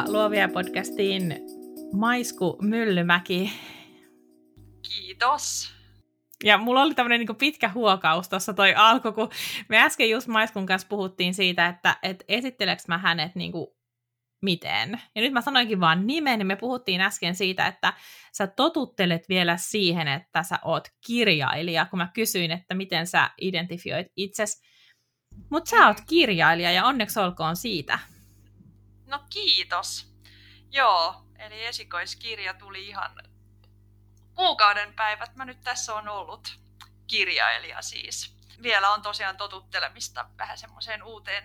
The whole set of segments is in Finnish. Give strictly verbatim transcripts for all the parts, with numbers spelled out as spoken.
Tervetuloa Luovia podcastiin Maisku Myllymäki. Kiitos. Ja mulla oli tämmöinen niin pitkä huokaus tuossa toi alku, kun me äsken just Maiskun kanssa puhuttiin siitä, että et esitteleks mä hänet niin kuin miten. Ja nyt mä sanoinkin vaan nimen, niin me puhuttiin äsken siitä, että sä totuttelet vielä siihen, että sä oot kirjailija, kun mä kysyin, että miten sä identifioit itses. Mutta sä oot kirjailija ja onneksi olkoon siitä. No kiitos. Joo, eli esikoiskirja tuli ihan kuukauden päivät. Mä nyt tässä on ollut kirjailija siis. Vielä on tosiaan totuttelemista vähän semmoiseen uuteen,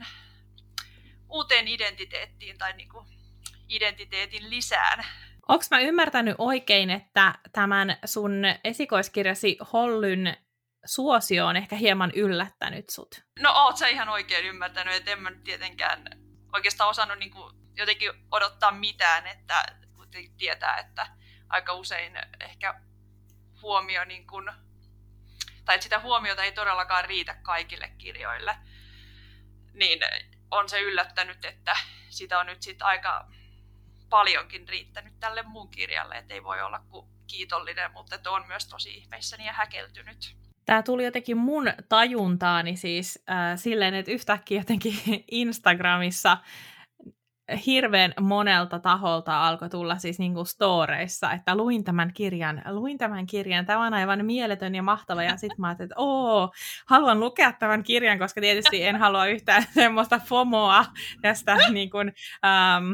uuteen identiteettiin tai niinku identiteetin lisään. Onko mä ymmärtänyt oikein, että tämän sun esikoiskirjasi Hollyn suosio on ehkä hieman yllättänyt sut? No oot sä ihan oikein ymmärtänyt, että en mä nyt tietenkään oikeastaan osannut niinku jotenkin odottaa mitään, että kuitenkin tietää, että aika usein ehkä huomio, niin kun, tai että sitä huomiota ei todellakaan riitä kaikille kirjoille, niin on se yllättänyt, että sitä on nyt sit aika paljonkin riittänyt tälle mun kirjalle, että ei voi olla kuin kiitollinen, mutta että on myös tosi ihmeissäni ja häkeltynyt. Tämä tuli jotenkin mun tajuntaani siis äh, silleen, että yhtäkkiä jotenkin Instagramissa hirveän monelta taholta alkoi tulla siis niinku storeissa, että luin tämän kirjan, luin tämän kirjan, tämä on aivan mieletön ja mahtava, ja sitten mä ajattelin, että oo, haluan lukea tämän kirjan, koska tietysti en halua yhtään semmoista FOMOa tästä niin kuin, ähm,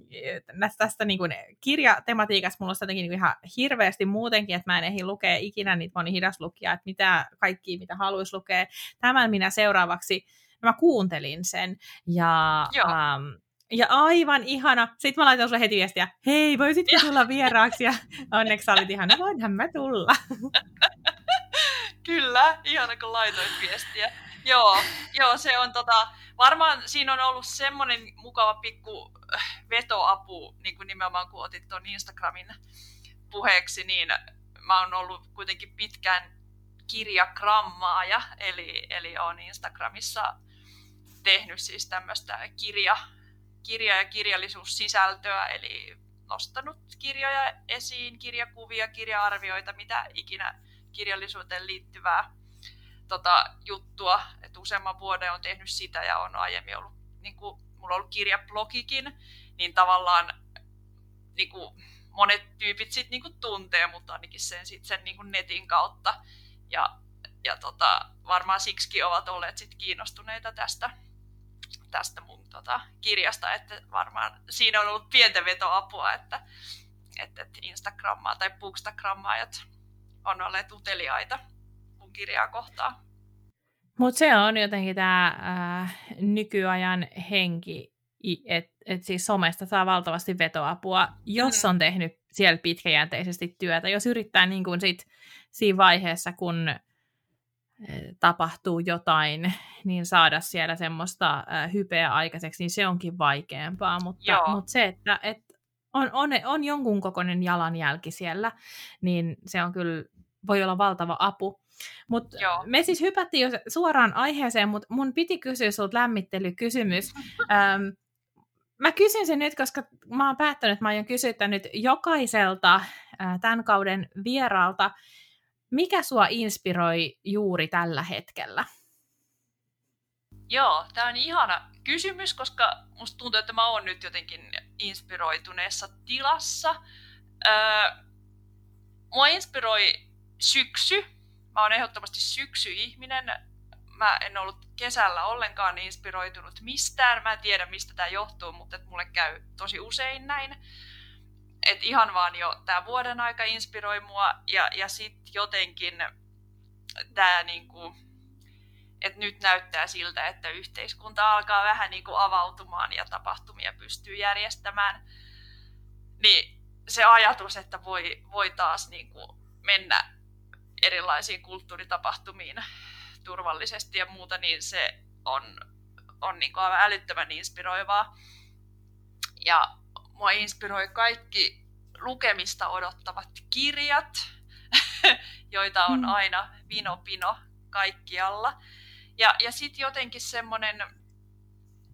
tästä niin kuin kirjatematiikasta. Mulla on sitä jotenkin niin ihan hirveästi muutenkin, että mä en ehdi lukea ikinä niitä moni hidaslukija, että mitä kaikkia, mitä haluaisi lukea. Tämän minä seuraavaksi, mä kuuntelin sen, ja ähm, ja aivan ihana. Sitten mä laitan sulle heti viestiä, hei, voisitko tulla vieraaksi? Ja onneksi sä olit ihana, voinhan mä tulla. Kyllä, ihana kun laitoit viestiä. Joo, joo, se on tota, varmaan siinä on ollut semmoinen mukava pikku vetoapu, niin kuin nimenomaan kun otit tuon Instagramin puheeksi, niin mä oon ollut kuitenkin pitkään kirjagrammaaja, eli, eli oon Instagramissa tehnyt siis tämmöistä kirja, kirja- ja kirjallisuussisältöä, eli nostanut kirjoja esiin, kirjakuvia, kirja-arvioita, mitä ikinä kirjallisuuteen liittyvää tota, juttua. Et useamman vuoden on tehnyt sitä ja on aiemmin ollut, niin kuin, mulla on ollut kirjablogikin, niin tavallaan niin kuin, monet tyypit sit, niin kuin, tuntee, mutta ainakin sen, sit, sen niin kuin netin kautta. Ja, ja tota, varmaan siksikin ovat olleet sit kiinnostuneita tästä. tästä mun tota, kirjasta, että varmaan siinä on ollut pientä vetoapua, että, että Instagrammaa tai Bookstagrammaajat on olleet uteliaita mun kirjaa kohtaan. Mutta se on jotenkin tämä äh, nykyajan henki, että et siis somesta saa valtavasti vetoapua, jos on tehnyt siellä pitkäjänteisesti työtä, jos yrittää niin kun sit siinä vaiheessa, kun tapahtuu jotain, niin saada siellä semmoista äh, hypeä aikaiseksi, niin se onkin vaikeampaa, mutta, mutta se, että et on, on, on jonkun kokoinen jalanjälki siellä, niin se on kyllä, voi olla valtava apu. Mut me siis hypättiin jo suoraan aiheeseen, mutta mun piti kysyä sulta lämmittelykysymys. ähm, mä kysyn sen nyt, koska mä oon päättänyt, että mä aion kysyä nyt jokaiselta äh, tämän kauden vieraalta. Mikä sua inspiroi juuri tällä hetkellä? Joo, tää on ihana kysymys, koska musta tuntuu, että mä oon nyt jotenkin inspiroituneessa tilassa. Öö, mua inspiroi syksy. Mä oon ehdottomasti syksyihminen. Mä en ollut kesällä ollenkaan inspiroitunut mistään. Mä en tiedä, mistä tää johtuu, mutta et mulle käy tosi usein näin. Et ihan vaan jo tää vuoden aika inspiroi mua, ja, ja sitten jotenkin tää niinku, että nyt näyttää siltä, että yhteiskunta alkaa vähän niinku avautumaan ja tapahtumia pystyy järjestämään. Niin se ajatus, että voi, voi taas niinku mennä erilaisiin kulttuuritapahtumiin turvallisesti ja muuta, niin se on, on niinku aivan älyttömän inspiroivaa. Ja mua inspiroi kaikki lukemista odottavat kirjat, joita on aina vino pino kaikkialla. Ja, ja sitten jotenkin semmoinen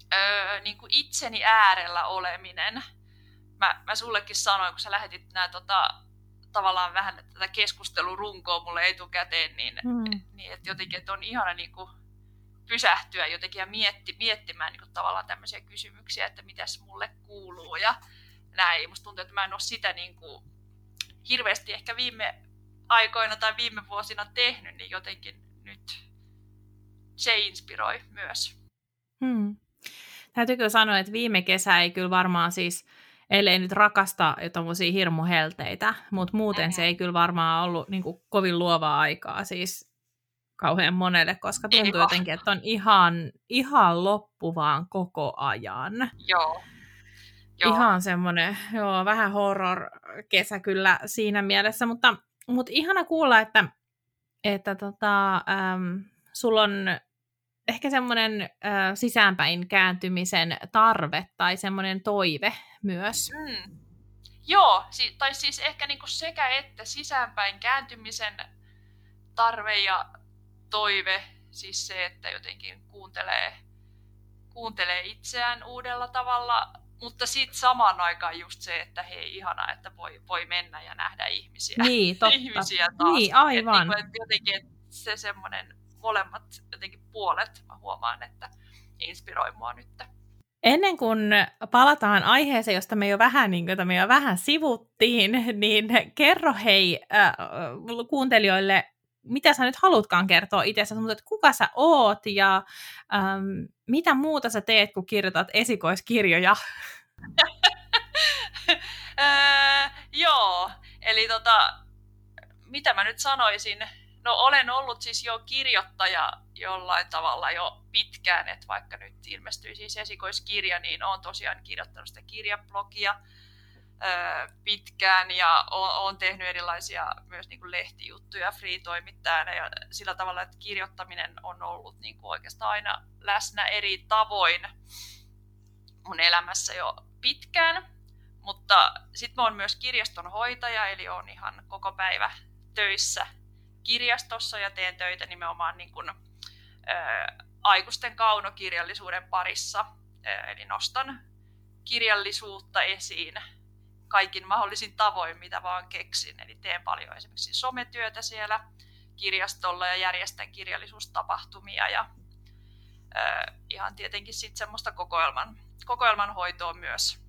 öö, niin kuin itseni äärellä oleminen. Mä, mä sullekin sanoin, kun sä lähetit nää tota, tavallaan vähän tätä keskustelurunkoa mulle etukäteen, niin, mm. niin että jotenkin että on ihana niin kuin pysähtyä jotenkin ja mietti, miettimään niin kuin tavallaan tämmöisiä kysymyksiä, että mitäs mulle kuuluu ja näin. Musta tuntuu, että mä en ole sitä niin kuin hirveästi ehkä viime aikoina tai viime vuosina tehnyt, niin jotenkin nyt se inspiroi myös. Hmm. Täytyy kyllä sanoa, että viime kesä ei kyllä varmaan siis, ellei nyt rakasta tommosia hirmuhelteitä, mutta muuten mm-hmm. se ei kyllä varmaan ollut niin kuin kovin luovaa aikaa siis kauhean monelle, koska tuntuu ei jotenkin, että on ihan, ihan loppuvaan koko ajan. Joo. Joo. Ihan semmoinen, joo, vähän horror-kesä kyllä siinä mielessä, mutta, mutta ihana kuulla, että, että tota, äm, sulla on ehkä semmoinen äh, sisäänpäin kääntymisen tarve tai semmoinen toive myös. Mm. Joo, si- tai siis ehkä niinku sekä että sisäänpäin kääntymisen tarve ja toive, siis se, että jotenkin kuuntelee, kuuntelee itseään uudella tavalla, mutta sitten samaan aikaan just se, että hei, ihanaa, että voi, voi mennä ja nähdä ihmisiä, niin, totta. ihmisiä taas. Niin, aivan. Et, niin, et jotenkin et se semmoinen molemmat jotenkin puolet, mä huomaan, että inspiroi mua nyt. Ennen kuin palataan aiheeseen, josta me jo vähän, niin kuin, me jo vähän sivuttiin, niin kerro hei äh, kuuntelijoille, mitä sä nyt haluatkaan kertoa itsestäsi, mutta että kuka sä oot ja ähm, mitä muuta sä teet, kun kirjoitat esikoiskirjoja? öö, joo, eli tota, mitä mä nyt sanoisin? No olen ollut siis jo kirjoittaja jollain tavalla jo pitkään, että vaikka nyt ilmestyi siis esikoiskirja, niin olen tosiaan kirjoittanut sitä kirjablogia öö, pitkään ja olen tehnyt erilaisia myös niin kuin lehtijuttuja free-toimittajana ja sillä tavalla, että kirjoittaminen on ollut niin kuin oikeastaan aina läsnä eri tavoin mun elämässä jo pitkään, mutta sitten mä oon myös kirjastonhoitaja, eli oon ihan koko päivä töissä kirjastossa ja teen töitä nimenomaan niin kuin, ä, aikuisten kaunokirjallisuuden parissa. Ä, eli nostan kirjallisuutta esiin kaikin mahdollisin tavoin, mitä vaan keksin. Eli teen paljon esimerkiksi sometyötä siellä kirjastolla ja järjestän kirjallisuustapahtumia ja ä, ihan tietenkin sitten semmoista kokoelman, kokoelman hoitoa myös.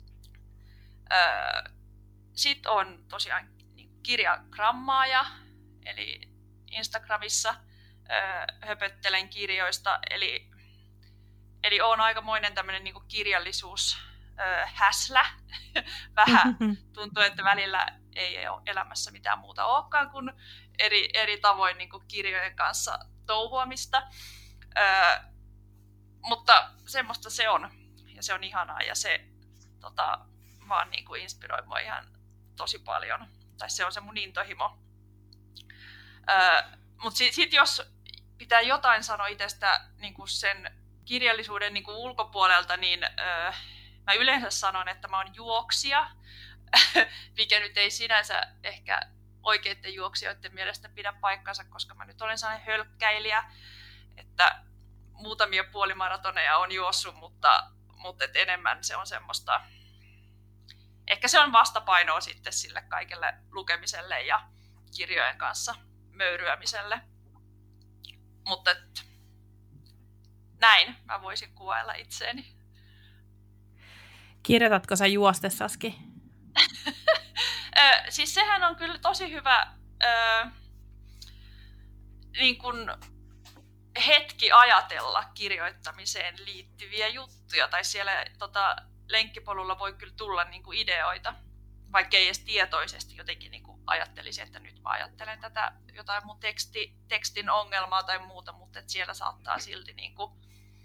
Sitten on tosiaan kirjagrammaaja, eli Instagramissa ö, höpöttelen kirjoista, eli, eli olen aikamoinen tämmöinen niin kuin kirjallisuushäslä. Vähän tuntuu, että välillä ei ole elämässä mitään muuta olekaan kuin eri, eri tavoin niin kuin kirjojen kanssa touhuamista. Ö, mutta semmoista se on, ja se on ihanaa, ja se tota, vaan niin kuin inspiroi mua ihan tosi paljon. Tai se on se mun intohimo. Öö, mutta sitten sit jos pitää jotain sanoa itsestä niin kuin sen kirjallisuuden niin kuin ulkopuolelta, niin öö, mä yleensä sanon, että mä oon juoksija, mikä nyt ei sinänsä ehkä oikeiden juoksijoiden mielestä pidä paikkansa, koska mä nyt olen sellainen hölkkäilijä, että muutamia puolimaratoneja on juossut, mutta, mutta et enemmän se on semmoista. Ehkä se on vastapainoa sitten sille kaikelle lukemiselle ja kirjojen kanssa möyryämiselle. Mutta et, näin mä voisin kuvailla itseäni. Kirjoitatko sä juostessaskin? Siis sehän on kyllä tosi hyvä ö, niin kun hetki ajatella kirjoittamiseen liittyviä juttuja. Tai siellä tota, lenkkipolulla voi kyllä tulla niin kuin ideoita, vaikka ei edes tietoisesti jotenkin niin kuin ajattelisi, että nyt mä ajattelen tätä jotain mun teksti, tekstin ongelmaa tai muuta, mutta että siellä saattaa silti niin kuin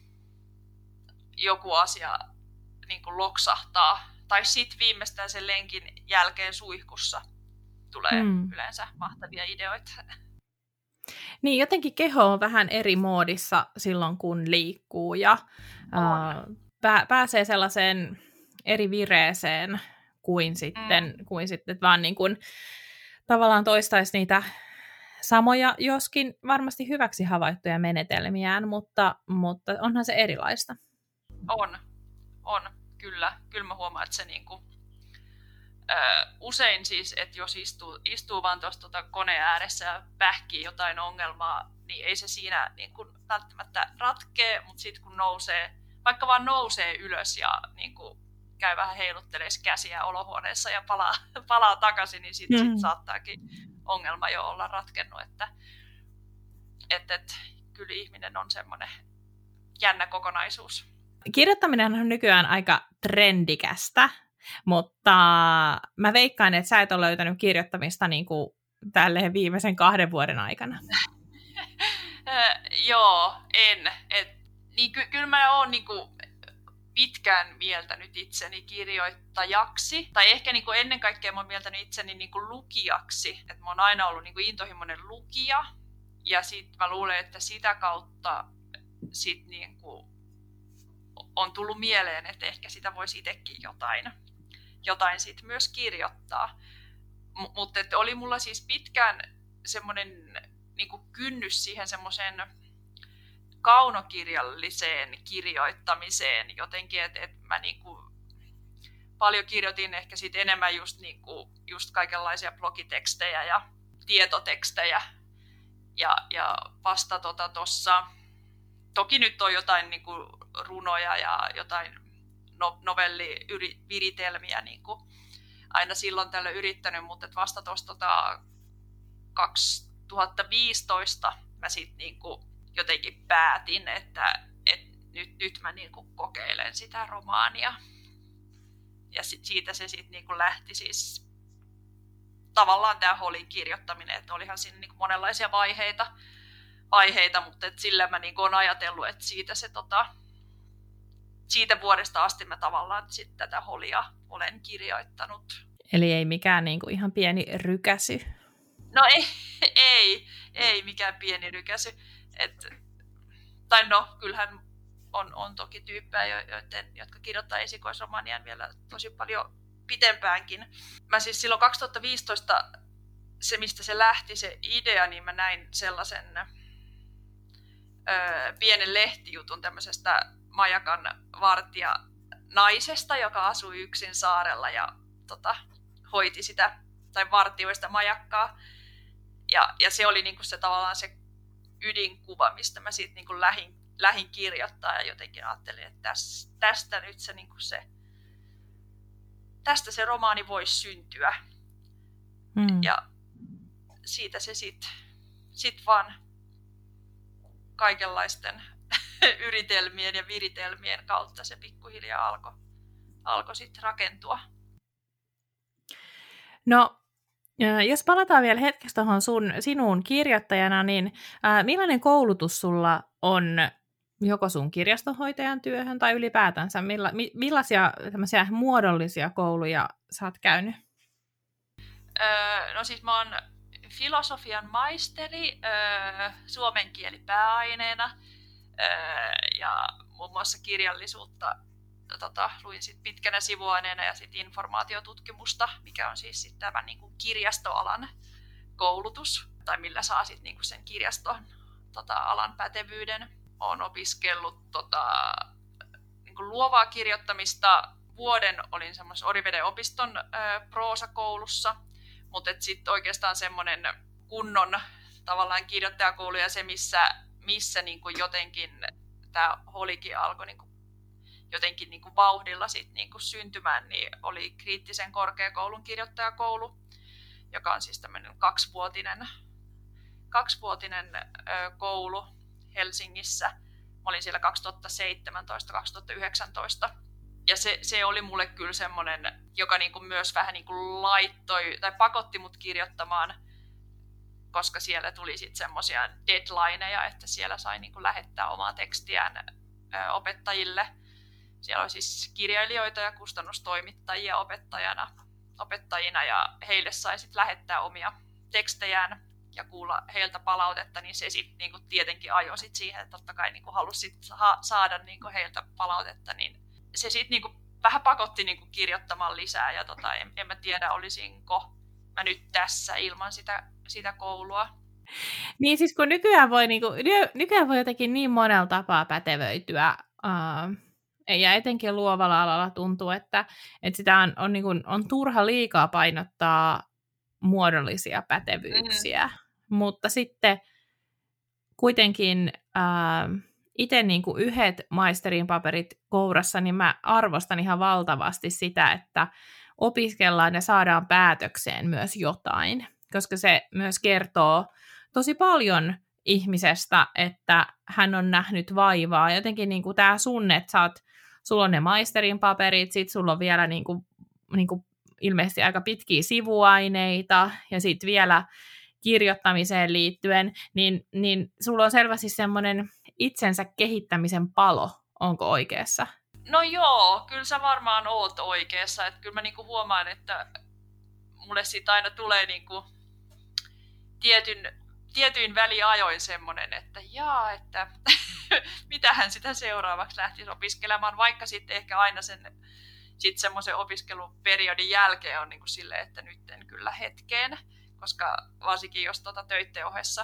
joku asia niin kuin loksahtaa. Tai sitten viimeistään sen lenkin jälkeen suihkussa tulee mm. yleensä mahtavia ideoita. Niin, jotenkin keho on vähän eri moodissa silloin, kun liikkuu ja uh, pää- pääsee sellaiseen eri vireeseen kuin sitten, mm. kuin sitten vaan niin kuin tavallaan toistaisi niitä samoja, joskin varmasti hyväksi havaittuja menetelmiään, mutta, mutta onhan se erilaista. On, on, kyllä. Kyllä mä huomaan, että se niinku, ö, usein siis, että jos istuu, istuu vaan tuossa tota koneen ääressä ja pähkii jotain ongelmaa, niin ei se siinä niinku välttämättä ratkee, mutta sitten kun nousee, vaikka vaan nousee ylös ja niinku käy vähän heiluttelemaan käsiä olohuoneessa ja palaa, palaa takaisin, niin sitten mm. sit saattaakin ongelma jo olla ratkennut, että et, et, kyllä ihminen on semmoinen jännä kokonaisuus. Kirjoittaminen on nykyään aika trendikästä, mutta mä veikkaan, että sä et ole löytänyt kirjoittamista niin kuin tälleen viimeisen kahden vuoden aikana. Joo, en. Et, niin ky- kyllä mä oon niinku pitkään mieltänyt itseni kirjoittajaksi, tai ehkä niinku ennen kaikkea mä oon mieltänyt itseni niinku lukijaksi. Et mä oon aina ollut niinku intohimoinen lukija, ja sit mä luulen, että sitä kautta sit niinku on tullut mieleen, että ehkä sitä voisi itsekin jotain, jotain sit myös kirjoittaa. M- mutta oli mulla siis pitkään semmoinen niinku kynnys siihen semmoiseen kaunokirjalliseen kirjoittamiseen jotenkin, että et mä niinku paljon kirjoitin ehkä sit enemmän just, niinku, just kaikenlaisia blogitekstejä ja tietotekstejä ja, ja vasta tota tossa, toki nyt on jotain niinku runoja ja jotain no, novelliviritelmiä niinku aina silloin tällöin yrittänyt, mutta et vasta tuossa tota kaksituhattaviisitoista mä sit niinku jotenkin päätin, että, että nyt, nyt mä niinku kokeilen sitä romaania. Ja sit, siitä se sitten niinku lähti siis tavallaan tämä Holin kirjoittaminen, että olihan siinä niinku monenlaisia vaiheita, vaiheita mutta et sillä mä niinku olen ajatellut, että siitä, se, tota, siitä vuodesta asti mä tavallaan sit tätä Holia olen kirjoittanut. Eli ei mikään niinku ihan pieni rykäsy? No ei, ei, ei mikään pieni rykäsy. Et, tai no, kyllähän on, on toki tyyppejä, joiden, jotka kirjoittaa esikoisromaania vielä tosi paljon pitempäänkin. Mä siis silloin kaksituhattaviisitoista, se mistä se lähti, se idea, niin mä näin sellaisen ö, pienen lehtijutun tämmöisestä majakan vartija naisesta, joka asui yksin saarella ja tota, hoiti sitä, tai vartioi sitä majakkaa. Ja, ja se oli niinku se tavallaan se ydinkuva, mistä mä siitä niinku lähin, lähin kirjoittaa ja jotenkin ajattelin, että täs, tästä nyt se, niinku se, tästä se romaani voisi syntyä. Mm. Ja siitä se sitten sit vaan kaikenlaisten yritelmien ja viritelmien kautta se pikkuhiljaa alkoi alko sitten rakentua. No, jos palataan vielä hetkeksi tuohon sun, sinuun kirjoittajana, niin ää, millainen koulutus sulla on joko sun kirjastonhoitajan työhön tai ylipäätänsä? Milla, mi, millaisia tämmöisiä muodollisia kouluja sä oot käynyt? Öö, no siis mä oon filosofian maisteri öö, suomen kieli pääaineena öö, ja muun muassa kirjallisuutta tota, luin sit pitkänä sivuaineena ja sit informaatiotutkimusta, mikä on siis sit tämä niinku kirjastoalan koulutus, tai millä saa sit niinku sen kirjaston tota, alan pätevyyden. Olen opiskellut tota, niinku luovaa kirjoittamista. Vuoden olin semmoisessa Oriveden opiston ö, proosakoulussa, mutta sitten oikeastaan semmoinen kunnon tavallaan kirjoittajakoulu ja se, missä, missä niinku jotenkin tämä Holikin alkoi niinku jotenkin niinku vauhdilla sit niinku syntymään, niin oli Kriittisen korkeakoulun kirjoittajakoulu, joka on siis tämmöinen kaksivuotinen, kaksivuotinen ö, koulu Helsingissä. Mä olin siellä kaksituhattaseitsemäntoista kaksituhattayhdeksäntoista. Ja se, se oli mulle kyllä semmoinen, joka niinku myös vähän niinku laittoi tai pakotti mut kirjoittamaan, koska siellä tuli sitten semmoisia deadlineja, että siellä sai niinku lähettää omaa tekstiään ö, opettajille. Siellä oli siis kirjailijoita ja kustannustoimittajia opettajana, opettajina ja heille sai sitten lähettää omia tekstejään ja kuulla heiltä palautetta, niin se sitten niinku tietenkin ajoi sit siihen, että totta kai niinku halusi sit saada niinku heiltä palautetta, niin se sitten niinku vähän pakotti niinku kirjoittamaan lisää ja tota, en, en mä tiedä, olisinko mä nyt tässä ilman sitä, sitä koulua. Niin siis kun nykyään voi, niinku, nykyään voi jotenkin niin monella tapaa pätevöityä, uh, ja etenkin luovalla alalla tuntuu, että, että sitä on, on, niin kuin, on turha liikaa painottaa muodollisia pätevyyksiä, mm. mutta sitten kuitenkin ää, itse niin kuin yhdet maisterin paperit kourassa, niin mä arvostan ihan valtavasti sitä, että opiskellaan ja saadaan päätökseen myös jotain, koska se myös kertoo tosi paljon ihmisestä, että hän on nähnyt vaivaa. Jotenkin niin kuin tämä sun, että sä oot, sulla on ne maisterin paperit, sit sulla on vielä niin kuin, niin kuin ilmeisesti aika pitkiä sivuaineita, ja sitten vielä kirjoittamiseen liittyen, niin, niin sulla on selvästi semmoinen itsensä kehittämisen palo, onko oikeassa? No joo, kyllä sä varmaan oot oikeassa. Että kyllä mä niinku huomaan, että mulle siitä aina tulee niinku tietyn, tietyin väliajoin semmoinen, että jaa, että mitähän sitä seuraavaksi lähtisi opiskelemaan, vaikka sitten ehkä aina sen sit semmoisen opiskeluperiodin jälkeen on niinku silleen, että nyt en kyllä hetkeen, koska varsinkin jos tota töitten ohessa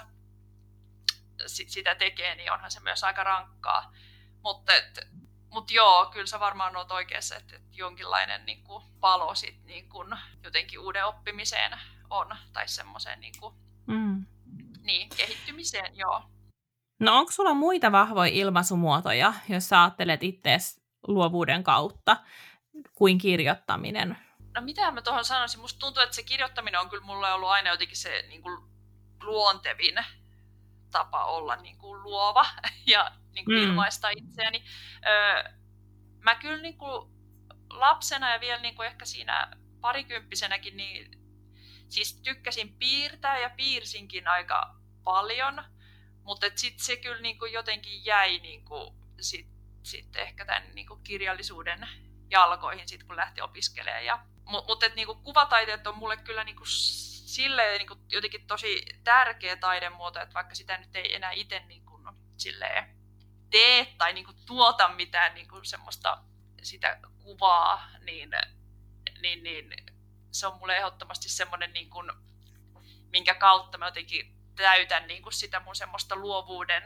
sitä tekee, niin onhan se myös aika rankkaa. Mutta mut joo, kyllä sä varmaan oot oikeassa, että, että jonkinlainen niin kuin, palo sit, niin kuin, jotenkin uuden oppimiseen on, tai semmoiseen niin kuin, mm. niin, kehittymiseen, joo. No onko sulla muita vahvoja ilmaisumuotoja, jos sä ajattelet itseäsi luovuuden kautta, kuin kirjoittaminen? No mitä mä tuohon sanoisin? Musta tuntuu, että se kirjoittaminen on kyllä mulle ollut aina jotenkin se niin kuin, luontevin tapa olla niin kuin, luova ja niin kuin, mm. ilmaista itseäni. Öö, mä kyllä niin kuin, lapsena ja vielä niin kuin, ehkä siinä parikymppisenäkin, niin siis tykkäsin piirtää ja piirsinkin aika paljon, mutta sitten se kyllä niin kuin, jotenkin jäi niin kuin, sit, sit ehkä tämän niin kuin, kirjallisuuden jalkoihin, sit, kun lähti opiskelemaan. Ja, mutta mut, niinku, kuvataiteet on mulle kyllä niinku, silleen, niinku, jotenkin tosi tärkeä taidemuoto, että vaikka sitä nyt ei enää itse niinku, silleen, tee tai niinku, tuota mitään niinku, semmoista sitä kuvaa, niin, niin, niin se on mulle ehdottomasti semmoinen, niinku, minkä kautta mä jotenkin täytän niinku, sitä mun semmoista luovuuden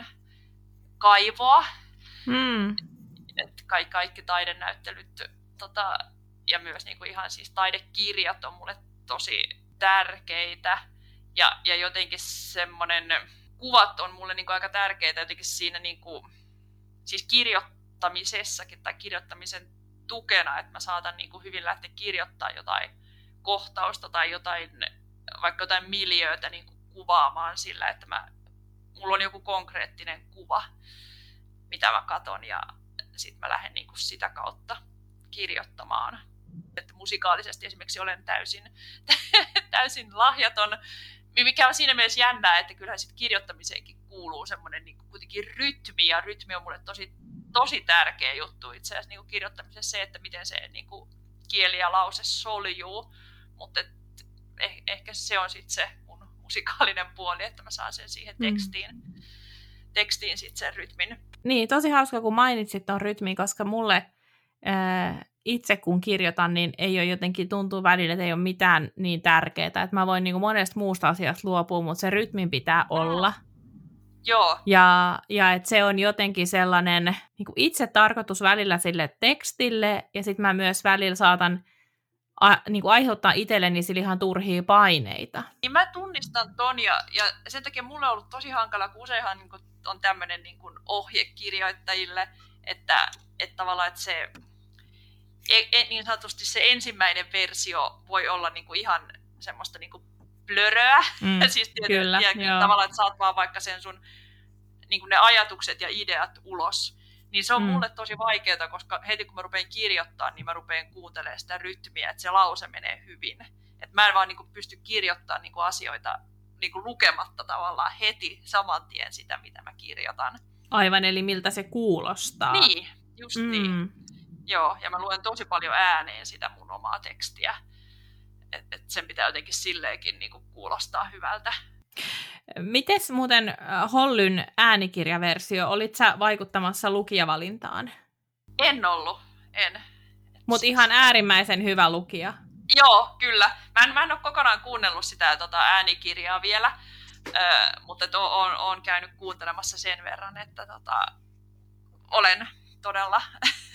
kaivoa. Mm. Että kaikki, kaikki taidenäyttelyt tota, ja myös niinku ihan siis taidekirjat on mulle tosi tärkeitä. Ja, ja jotenkin semmoinen, kuvat on mulle niinku aika tärkeitä jotenkin siinä niinku, siis kirjoittamisessakin tai kirjoittamisen tukena, että mä saatan niinku hyvin lähteä kirjoittamaan jotain kohtausta tai jotain, vaikka jotain miljöötä niinku kuvaamaan sillä, että mä, mulla on joku konkreettinen kuva, mitä mä katon ja sitten mä lähden niinku sitä kautta kirjoittamaan. Että musikaalisesti esimerkiksi olen täysin, täysin lahjaton, mikä on siinä mielessä jännää, että kyllähän sit kirjoittamiseenkin kuuluu semmoinen niinku kuitenkin rytmi, ja rytmi on mulle tosi, tosi tärkeä juttu itse asiassa niinku kirjoittamisessa se, että miten se niinku kieli ja lause soljuu, mutta eh, ehkä se on sitten se mun musikaalinen puoli, että mä saan sen siihen tekstiin, mm. tekstiin sit sen rytmin. Niin, tosi hauska, kun mainitsit ton rytmin, koska mulle ää, itse kun kirjoitan, niin ei ole jotenkin, tuntuu välillä, että ei ole mitään niin tärkeää, että mä voin niin kuin monesta muusta asiasta luopua, mutta se rytmin pitää olla. Joo. Ja, ja että se on jotenkin sellainen niin kuin itse tarkoitus välillä sille tekstille, ja sitten mä myös välillä saatan a, niin kuin aiheuttaa itselleni sille ihan turhia paineita. Niin mä tunnistan ton, ja, ja sen takia mulle on ollut tosi hankala, kun useinhan niin kuin on tämmöinen niin kuin ohje kirjoittajille, että, että tavallaan että se niin sanotusti se ensimmäinen versio voi olla niin kuin ihan semmoista niin kuin blöröä. Mm, siis tietysti, kyllä, tavallaan, että saat vaan vaikka sen sun niin kuin ne ajatukset ja ideat ulos. Niin se on mm. mulle tosi vaikeaa, koska heti kun mä rupean kirjoittamaan, niin mä rupean kuuntelemaan sitä rytmiä, että se lause menee hyvin. Että mä en vaan niin kuin pysty kirjoittamaan niin kuin asioita niin kuin lukematta tavallaan heti saman tien sitä, mitä mä kirjoitan. Aivan, eli miltä se kuulostaa. Niin, just mm. niin. Joo, ja mä luen tosi paljon ääneen sitä mun omaa tekstiä. Että et sen pitää jotenkin silleenkin niinku kuulostaa hyvältä. Mites muuten Hollyn äänikirjaversio, olit sä vaikuttamassa lukijavalintaan? En ollut, en. Mutta ihan äärimmäisen hyvä lukija. Joo, kyllä. Mä en, mä en ole kokonaan kuunnellut sitä tota, äänikirjaa vielä, ö, mutta oon, oon käynyt kuuntelemassa sen verran, että tota, olen todella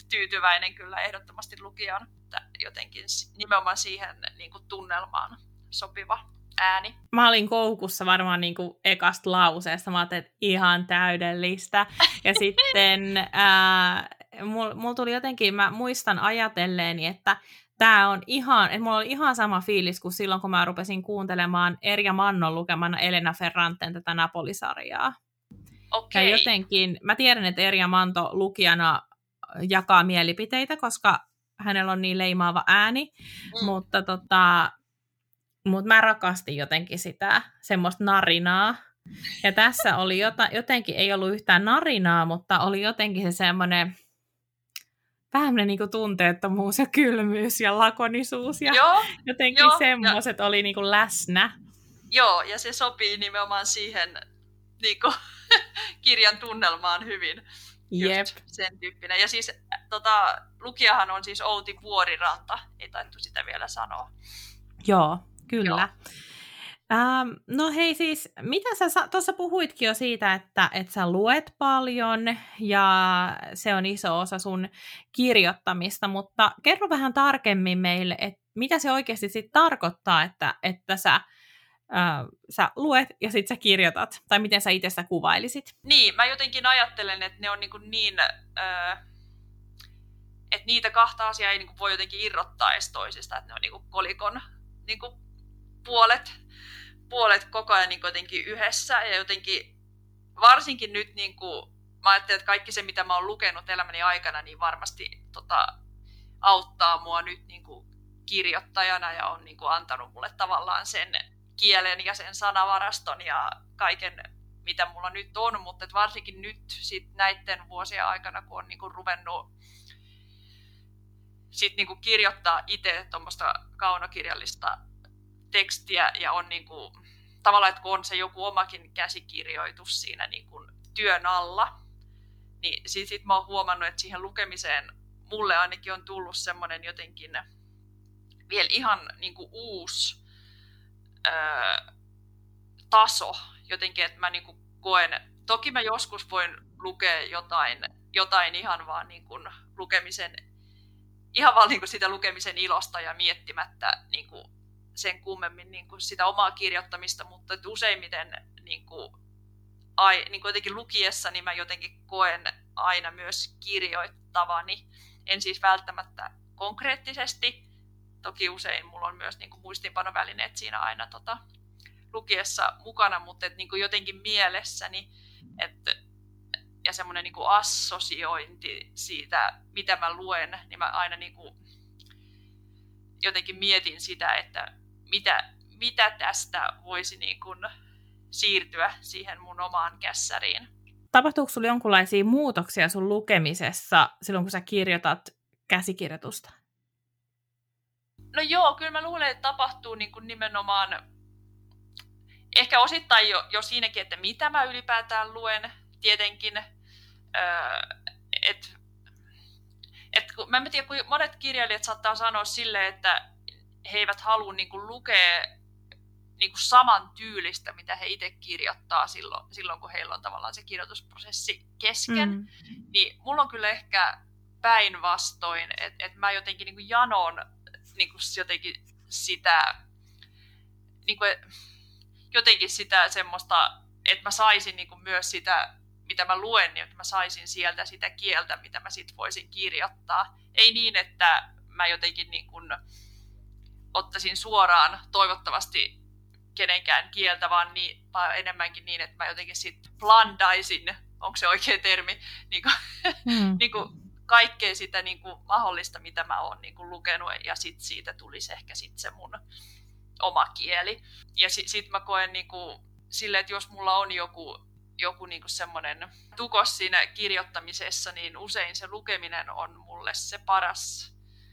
tyytyväinen kyllä ehdottomasti lukijan, että jotenkin nimenomaan siihen niin kuin tunnelmaan sopiva ääni. Mä olin koukussa varmaan niin kuin ekasta lauseesta, mä ajattelin, että ihan täydellistä. Ja sitten ää, mulla mul tuli jotenkin, mä muistan ajatelleeni, että tää on ihan, että mulla oli ihan sama fiilis kuin silloin, kun mä rupesin kuuntelemaan Erja Mannon lukemana Elena Ferranten tätä Napoli-sarjaa. Okay. Ja jotenkin, mä tiedän, että Erja Manto lukijana jakaa mielipiteitä, koska hänellä on niin leimaava ääni, mm. mutta tota, mut mä rakastin jotenkin sitä semmoista narinaa. Ja tässä oli jota, jotenkin, ei ollut yhtään narinaa, mutta oli jotenkin se semmoinen vähän niin kuin tunteettomuus ja kylmyys ja lakonisuus ja joo, jotenkin joo, semmoiset ja oli niin kuin läsnä. Joo, ja se sopii nimenomaan siihen niin kuin, kirjan tunnelmaan hyvin. Jep. Sen tyyppinen. Ja siis tota, lukijahan on siis Outi Vuoriranta, ei taittu sitä vielä sanoa. Joo, kyllä. Joo. Ähm, no hei siis, mitä sä tuossa puhuitkin jo siitä, että, että sä luet paljon ja se on iso osa sun kirjoittamista, mutta kerro vähän tarkemmin meille, että mitä se oikeasti sit tarkoittaa, että, että sä, äh, sä luet ja sit sä kirjoitat, tai miten sä itse sitä kuvailisit? Niin, mä jotenkin ajattelen, että ne on niin, niin äh, että niitä kahta asiaa ei niin voi jotenkin irrottaa edes toisesta, että ne on niin kolikon niin puolet. puolet koko ajan niin jotenkin yhdessä ja jotenkin varsinkin nyt niin kuin, mä ajattelen, että kaikki se mitä mä oon lukenut elämäni aikana niin varmasti tota, auttaa mua nyt niin kuin kirjoittajana ja on niin kuin antanut mulle tavallaan sen kielen ja sen sanavaraston ja kaiken mitä mulla nyt on, mutta varsinkin nyt sit näiden vuosien aikana kun on niin kuin ruvennut sit niin kuin kirjoittaa itse tuommoista kaunokirjallista tekstiä ja on niinku, tavallaan, että kun on se joku omakin käsikirjoitus siinä niinku työn alla, niin sit, sit mä oon huomannut, että siihen lukemiseen mulle ainakin on tullut semmoinen jotenkin vielä ihan niinku uusi öö, taso jotenkin, että mä niinku koen, toki mä joskus voin lukea jotain, jotain ihan vaan niinku lukemisen, ihan vaan niinku sitä lukemisen ilosta ja miettimättä niinku sen kummemmin niin kuin sitä omaa kirjoittamista, mutta että useimmiten niin kuin, ai, niin kuin jotenkin lukiessa niin mä jotenkin koen aina myös kirjoittavani. En siis välttämättä konkreettisesti. Toki usein mulla on myös niin kuin muistiinpanovälineet siinä aina tota, lukiessa mukana, mutta että, niin kuin jotenkin mielessäni että, ja semmoinen niin kuin assosiointi siitä, mitä mä luen, niin mä aina niin kuin, jotenkin mietin sitä, että mitä, mitä tästä voisi niin kuin siirtyä siihen mun omaan kässäriin. Tapahtuuko sulla jonkinlaisia muutoksia sun lukemisessa silloin, kun sä kirjoitat käsikirjoitusta? No joo, kyllä mä luulen, että tapahtuu niin kuin nimenomaan, ehkä osittain jo, jo siinäkin, että mitä mä ylipäätään luen tietenkin. Öö, että et, mä en tiedä, kun monet kirjailijat saattaa sanoa silleen, että he eivät halua niin kuin, lukea niin kuin, saman tyylistä, mitä he itse kirjoittaa silloin, silloin, kun heillä on tavallaan se kirjoitusprosessi kesken. Mm. Niin mulla on kyllä ehkä päinvastoin, että et mä jotenkin niin kuin, janoon niin kuin, jotenkin sitä, niin kuin, jotenkin sitä semmoista, että mä saisin niin kuin, myös sitä, mitä mä luen, niin että mä saisin sieltä sitä kieltä, mitä mä sit voisin kirjoittaa. Ei niin, että mä jotenkin niin kuin ottaisin suoraan toivottavasti kenenkään kieltä, vaan, niin, vaan enemmänkin niin, että mä jotenkin sit blandaisin, onko se oikea termi, niin kuin, mm. niin kuin kaikkea sitä niin kuin mahdollista, mitä mä oon niin kuin lukenut, ja sit siitä tulisi ehkä sit se mun oma kieli. Ja sit, sit mä koen niin kuin silleen, että jos mulla on joku joku niinku semmoinen tukos siinä kirjoittamisessa, niin usein se lukeminen on mulle se paras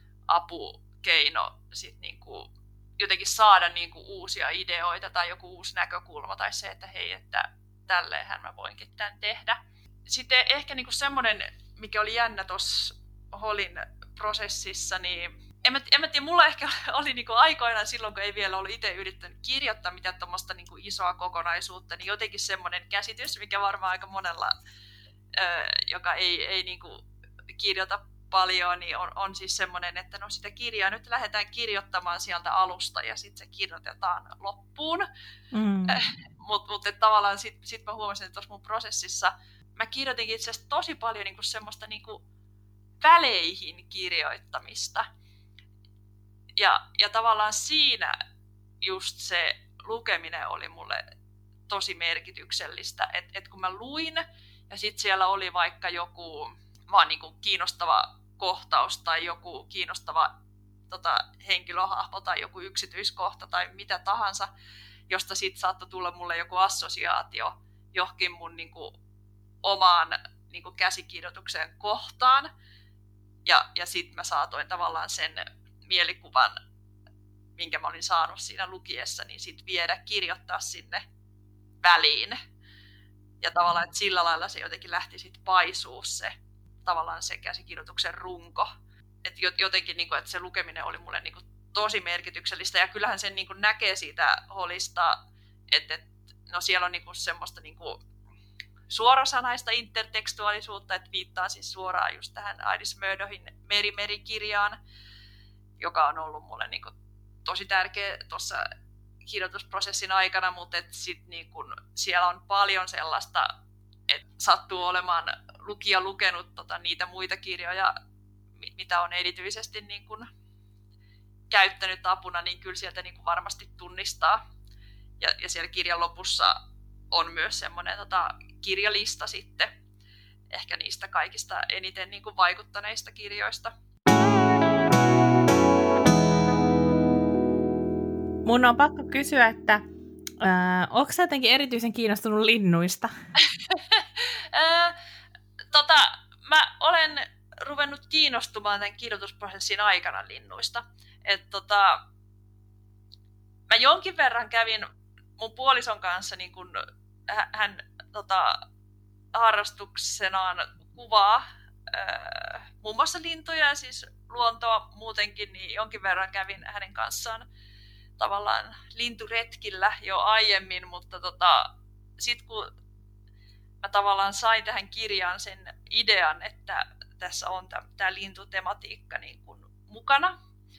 apukeino sit niinku jotenkin saada niinku uusia ideoita tai joku uusi näkökulma tai se, että hei, että tälleenhän mä voinkin tämän tehdä. Sitten ehkä niinku semmoinen, mikä oli jännä tuossa Holin prosessissa, niin En mä, en mä tiedä, mulla ehkä oli niinku aikoinaan silloin, kun ei vielä ollut itse yrittänyt kirjoittaa mitään tuommoista niinku isoa kokonaisuutta, niin jotenkin semmoinen käsitys, mikä varmaan aika monella, ö, joka ei, ei niinku kirjoita paljon, niin on, on siis semmoinen, että no sitä kirjaa nyt lähdetään kirjoittamaan sieltä alusta ja sitten se kirjoitetaan loppuun. Mm. Mutta mut, tavallaan sitten sit mä huomasin, että tuossa mun prosessissa mä kirjoitinkin itse asiassa tosi paljon niinku semmoista niinku väleihin kirjoittamista. Ja, ja tavallaan siinä just se lukeminen oli mulle tosi merkityksellistä, että et kun mä luin ja sitten siellä oli vaikka joku vaan niinku kiinnostava kohtaus tai joku kiinnostava tota, henkilöhahmo tai joku yksityiskohta tai mitä tahansa, josta sitten saattoi tulla mulle joku assosiaatio johonkin mun niinku omaan niinku käsikirjoitukseen kohtaan. Ja, ja sitten mä saatoin tavallaan sen mielikuvan, minkä mä olin saanut siinä lukiessa, niin sitten viedä kirjoittaa sinne väliin. Ja tavallaan, että sillä lailla se jotenkin lähti sitten paisuu se, tavallaan se käsikirjoituksen runko. Että jotenkin, niin kuin, että se lukeminen oli mulle niin kuin tosi merkityksellistä. Ja kyllähän sen niin kuin näkee siitä Hollista, että, että no siellä on niin kuin semmoista niin kuin suorasanaista intertekstuaalisuutta, että viittaa siis suoraan just tähän Iris Murdochin Meri-Meri-kirjaan, joka on ollut mulle niin kuin tosi tärkeä tuossa kirjoitusprosessin aikana, mutta et sit niin kun siellä on paljon sellaista, että sattuu olemaan lukija lukenut tota, niitä muita kirjoja, mitä on erityisesti niin kun käyttänyt apuna, niin kyllä sieltä niin kun varmasti tunnistaa. Ja, ja siellä kirjan lopussa on myös semmoinen tota, kirjalista sitten, ehkä niistä kaikista eniten niin kun vaikuttaneista kirjoista. Mun on pakko kysyä, että äh, onko sä jotenkin erityisen kiinnostunut linnuista? tota, mä olen ruvennut kiinnostumaan tämän kirjoitusprosessin aikana linnuista. Et, tota, mä jonkin verran kävin mun puolison kanssa, niin kun hän tota, harrastuksenaan kuvaa äh, muun muassa lintuja ja siis luontoa muutenkin, niin jonkin verran kävin hänen kanssaan tavallaan linturetkillä jo aiemmin, mutta tota, sitten kun mä tavallaan sain tähän kirjaan sen idean, että tässä on tämä lintutematiikka niin kun mukana,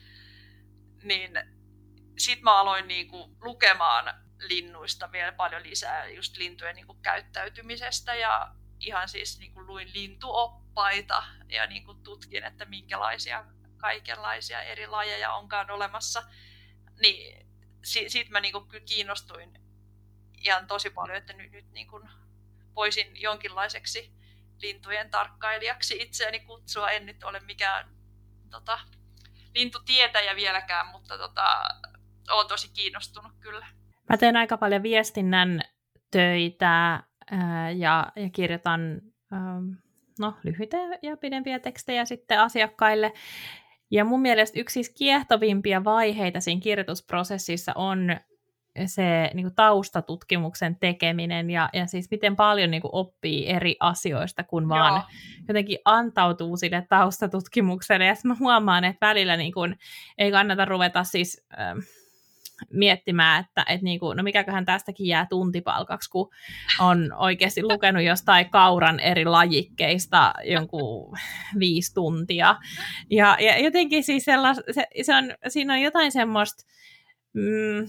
niin sitten mä aloin niin kun lukemaan linnuista vielä paljon lisää, just lintujen niin kun käyttäytymisestä, ja ihan siis niin kun luin lintuoppaita ja niin kun tutkin, että minkälaisia kaikenlaisia eri lajeja onkaan olemassa. Niin siitä mä niinku kiinnostuin ihan tosi paljon, että nyt, nyt niinku voisin jonkinlaiseksi lintujen tarkkailijaksi itseäni kutsua. En nyt ole mikään tota, lintutietäjä vieläkään, mutta tota, olen tosi kiinnostunut kyllä. Mä teen aika paljon viestinnän töitä ää, ja, ja kirjoitan ää, no, lyhyitä ja pidempiä tekstejä sitten asiakkaille. Ja mun mielestä yksi siis kiehtovimpia vaiheita siinä kirjoitusprosessissa on se niin kuin taustatutkimuksen tekeminen ja, ja siis miten paljon niin kuin oppii eri asioista, kun vaan Joo. jotenkin antautuu sille taustatutkimukselle. Ja mä huomaan, että välillä niin kuin ei kannata ruveta siis äh, miettimään, että et niin kuin, no mikäköhän tästäkin jää tuntipalkaksi, kun on oikeasti lukenut jostain kauran eri lajikkeista jonkun viisi tuntia. Ja, ja jotenkin siis sellais, se, se on, siinä on jotain semmoista, mm,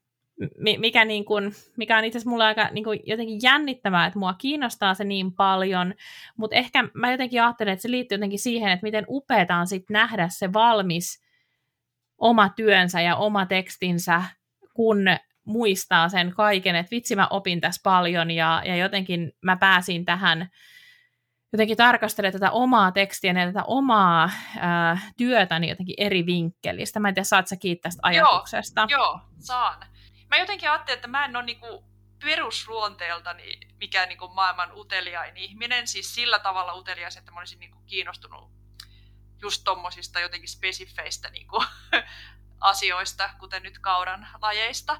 mikä, niin kuin, mikä on itse asiassa mulle aika niin kuin jotenkin jännittävää, että mua kiinnostaa se niin paljon, mutta ehkä mä jotenkin ajattelen, että se liittyy jotenkin siihen, että miten upeata on sitten nähdä se valmis oma työnsä ja oma tekstinsä, kun muistaa sen kaiken, että vitsi mä opin tässä paljon ja, ja jotenkin mä pääsin tähän jotenkin tarkastelemaan tätä omaa tekstiä ja tätä omaa ää, työtäni jotenkin eri vinkkelistä. Mä en tiedä, saat sä kiittää tästä ajatuksesta? Joo, joo, saan. Mä jotenkin ajattelin, että mä en ole niinku perusluonteeltani mikään niinku maailman uteliain ihminen, siis sillä tavalla utelias, että mä olisin niinku kiinnostunut just tommosista jotenkin spesifeistä niinku, asioista, kuten nyt kauran lajeista.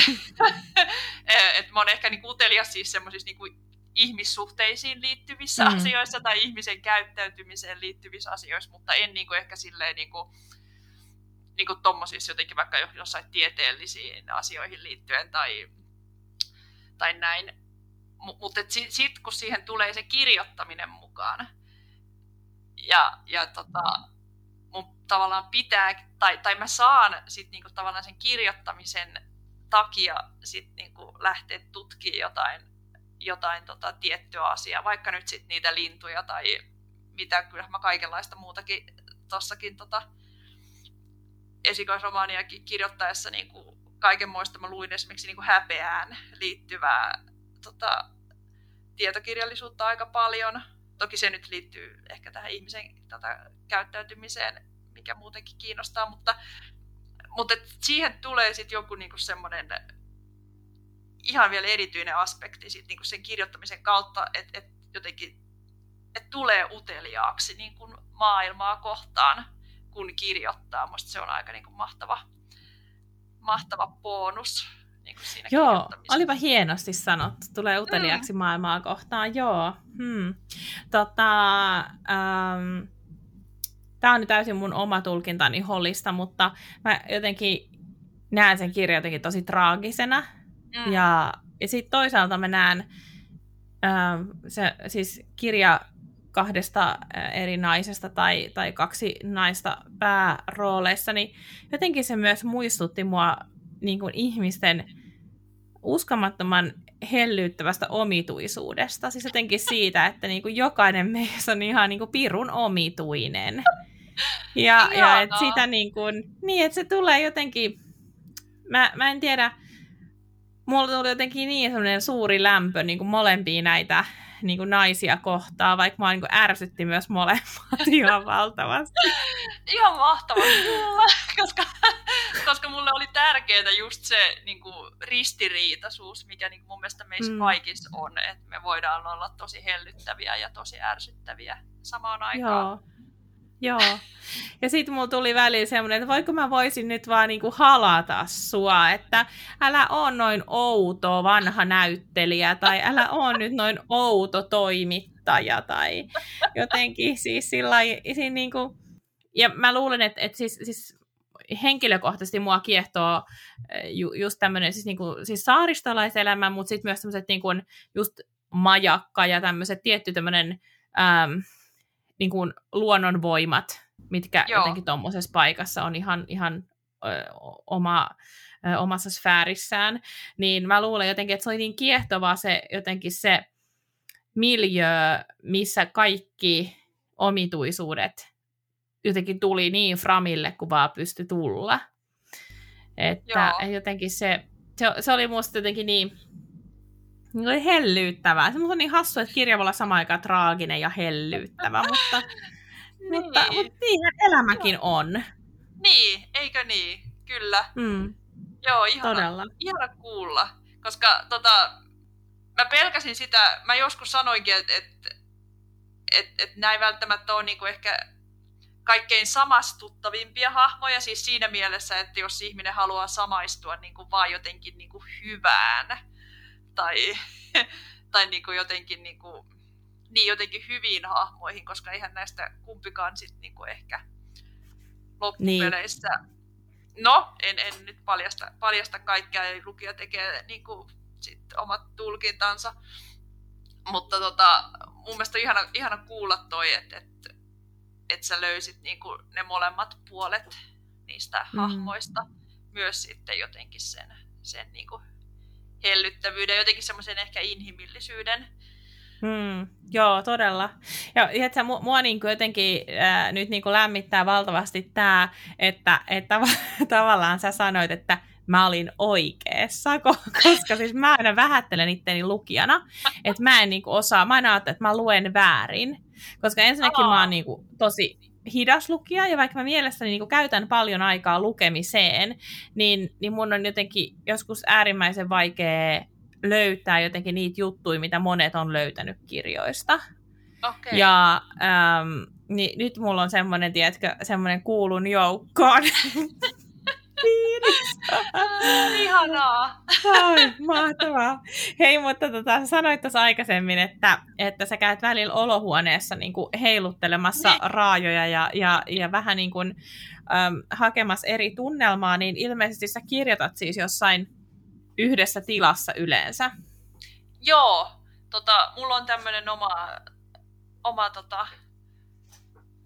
Et mä oon ehkä niinku utelias siis semmosissa niinku ihmissuhteisiin liittyvissä mm. asioissa tai ihmisen käyttäytymiseen liittyvissä asioissa, mutta en niinku ehkä silleen niinku, niinku tommosissa jotenkin vaikka jossain tieteellisiin asioihin liittyen tai, tai näin. M- mutta sitten sit, kun siihen tulee se kirjoittaminen mukaan, Ja, ja tota, mun tavallaan pitää, tai, tai mä saan sit niinku tavallaan sen kirjoittamisen takia sit niinku lähteä tutkimaan jotain, jotain tota tiettyä asiaa, vaikka nyt sit niitä lintuja tai mitä, kyllä mä kaikenlaista muutakin tossakin tota esikoisromaania kirjoittaessa niinku kaikenmoista mä luin esimerkiksi niinku häpeään liittyvää tota, tietokirjallisuutta aika paljon. Toki se nyt liittyy ehkä tähän ihmisen tota, käyttäytymiseen, mikä muutenkin kiinnostaa, mutta, mutta et siihen tulee sitten joku niinku semmoinen ihan vielä erityinen aspekti sit niinku sen kirjoittamisen kautta, että et jotenkin et tulee uteliaaksi niinku maailmaa kohtaan, kun kirjoittaa. Musta se on aika niinku mahtava, mahtava bonus. Niin joo, olipa hienosti sanottu. Tulee uteliaaksi mm. maailmaa kohtaan, joo. Hmm. Tota, ähm, tämä on nyt täysin mun oma tulkintani Hollista, mutta mä jotenkin näen sen kirjan jotenkin tosi traagisena. Mm. Ja, ja sitten toisaalta mä näen ähm, se, siis kirja kahdesta eri naisesta tai, tai kaksi naista päärooleissa, niin jotenkin se myös muistutti mua niin kuin ihmisten uskomattoman hellyyttävästä omituisuudesta. Siis jotenkin siitä, että niin kuin jokainen meistä on ihan niin kuin pirun omituinen. Ja, ja että sitä niin kuin, niin, että se tulee jotenkin, mä, mä en tiedä, mulla tuli jotenkin niin sellainen suuri lämpö niin kuin molempia näitä niin kuin naisia kohtaan, vaikka mä niin kuin ärsytti myös molemmat ihan valtavasti. Ihan mahtavaa kuulla, koska, koska mulle oli tärkeää just se niin kuin ristiriitaisuus, mikä niin kuin mun mielestä meissä mm. kaikissa on, että me voidaan olla tosi hellyttäviä ja tosi ärsyttäviä samaan aikaan. Joo. Joo. Ja sitten mulla tuli väliin semmoinen, että voiko mä voisin nyt vaan niinku halata sua, että älä oo noin outo vanha näyttelijä, tai älä oo nyt noin outo toimittaja, tai jotenkin siis sillä niinku. Ja mä luulen, että, että siis, siis henkilökohtaisesti mua kiehtoo ju, just tämmöinen siis, niinku, siis saaristolaiselämä, mutta sitten myös tämmöiset niinku, just majakka ja tämmöiset tietty tämmöinen Ähm, niin kuin luonnonvoimat, mitkä Joo. jotenkin tuommoisessa paikassa on ihan, ihan ö, oma, ö, omassa sfäärissään, niin mä luulen jotenkin, että se oli niin kiehtovaa se jotenkin se miljöö, missä kaikki omituisuudet jotenkin tuli niin framille, kuin vaan pystyi tulla. Että Joo. jotenkin se, se, se oli musta jotenkin niin oli hellyyttävää. Se on niin hassu, että kirja voi olla samaan aikaan traaginen ja hellyyttävä, mutta, niin. mutta, mutta niinhän elämäkin on. Niin, eikö niin? Kyllä. Mm. Joo, ihana, ihana kuulla. Koska tota, mä pelkäsin sitä, mä joskus sanoinkin, että et, et, et näin välttämättä on niinku ehkä kaikkein samastuttavimpia hahmoja, siis siinä mielessä, että jos ihminen haluaa samaistua niinku vaan jotenkin niinku hyvään, tai, tai niinku jotenkin, niinku, niin jotenkin hyviin hahmoihin, koska eihän näistä kumpikaan sit niinku ehkä loppupeleissä. Niin. No, en, en nyt paljasta, paljasta kaikkea, eli lukija tekee niinku sit omat tulkintansa. Mutta tota, mun mielestä on ihana, ihana kuulla toi, että et, et sä löysit niinku ne molemmat puolet niistä mm. hahmoista. Myös sitten jotenkin sen, sen niinku hellyttävyyden, jotenkin semmoisen ehkä inhimillisyyden. Mm, joo, todella. Ja että mua, mua niin kuin jotenkin ää, nyt niin kuin lämmittää valtavasti tämä, että, että tavallaan sä sanoit, että mä olin oikeassa, koska siis mä aina vähättelen itteni lukijana, että mä en niin kuin osaa, mä aina ajattelen, että mä luen väärin, koska ensinnäkin Aa. mä oon niin kuin tosi hidas lukija, ja vaikka mä mielestäni niin kuin käytän paljon aikaa lukemiseen, niin, niin mun on jotenkin joskus äärimmäisen vaikea löytää jotenkin niitä juttuja, mitä monet on löytänyt kirjoista. Okay. Ja äm, niin, nyt mulla on semmoinen, tiedätkö, semmoinen kuulun joukkoon. Ihanaa! Ai, mahtavaa. Hei, mutta tota, sanoit tuossa aikaisemmin, että, että sä käyt välillä olohuoneessa niin kuin heiluttelemassa niin. raajoja ja, ja, ja vähän niin kuin, äm, hakemassa eri tunnelmaa, niin ilmeisesti sä kirjoitat siis jossain yhdessä tilassa yleensä. Joo, tota, mulla on tämmöinen oma, oma tota,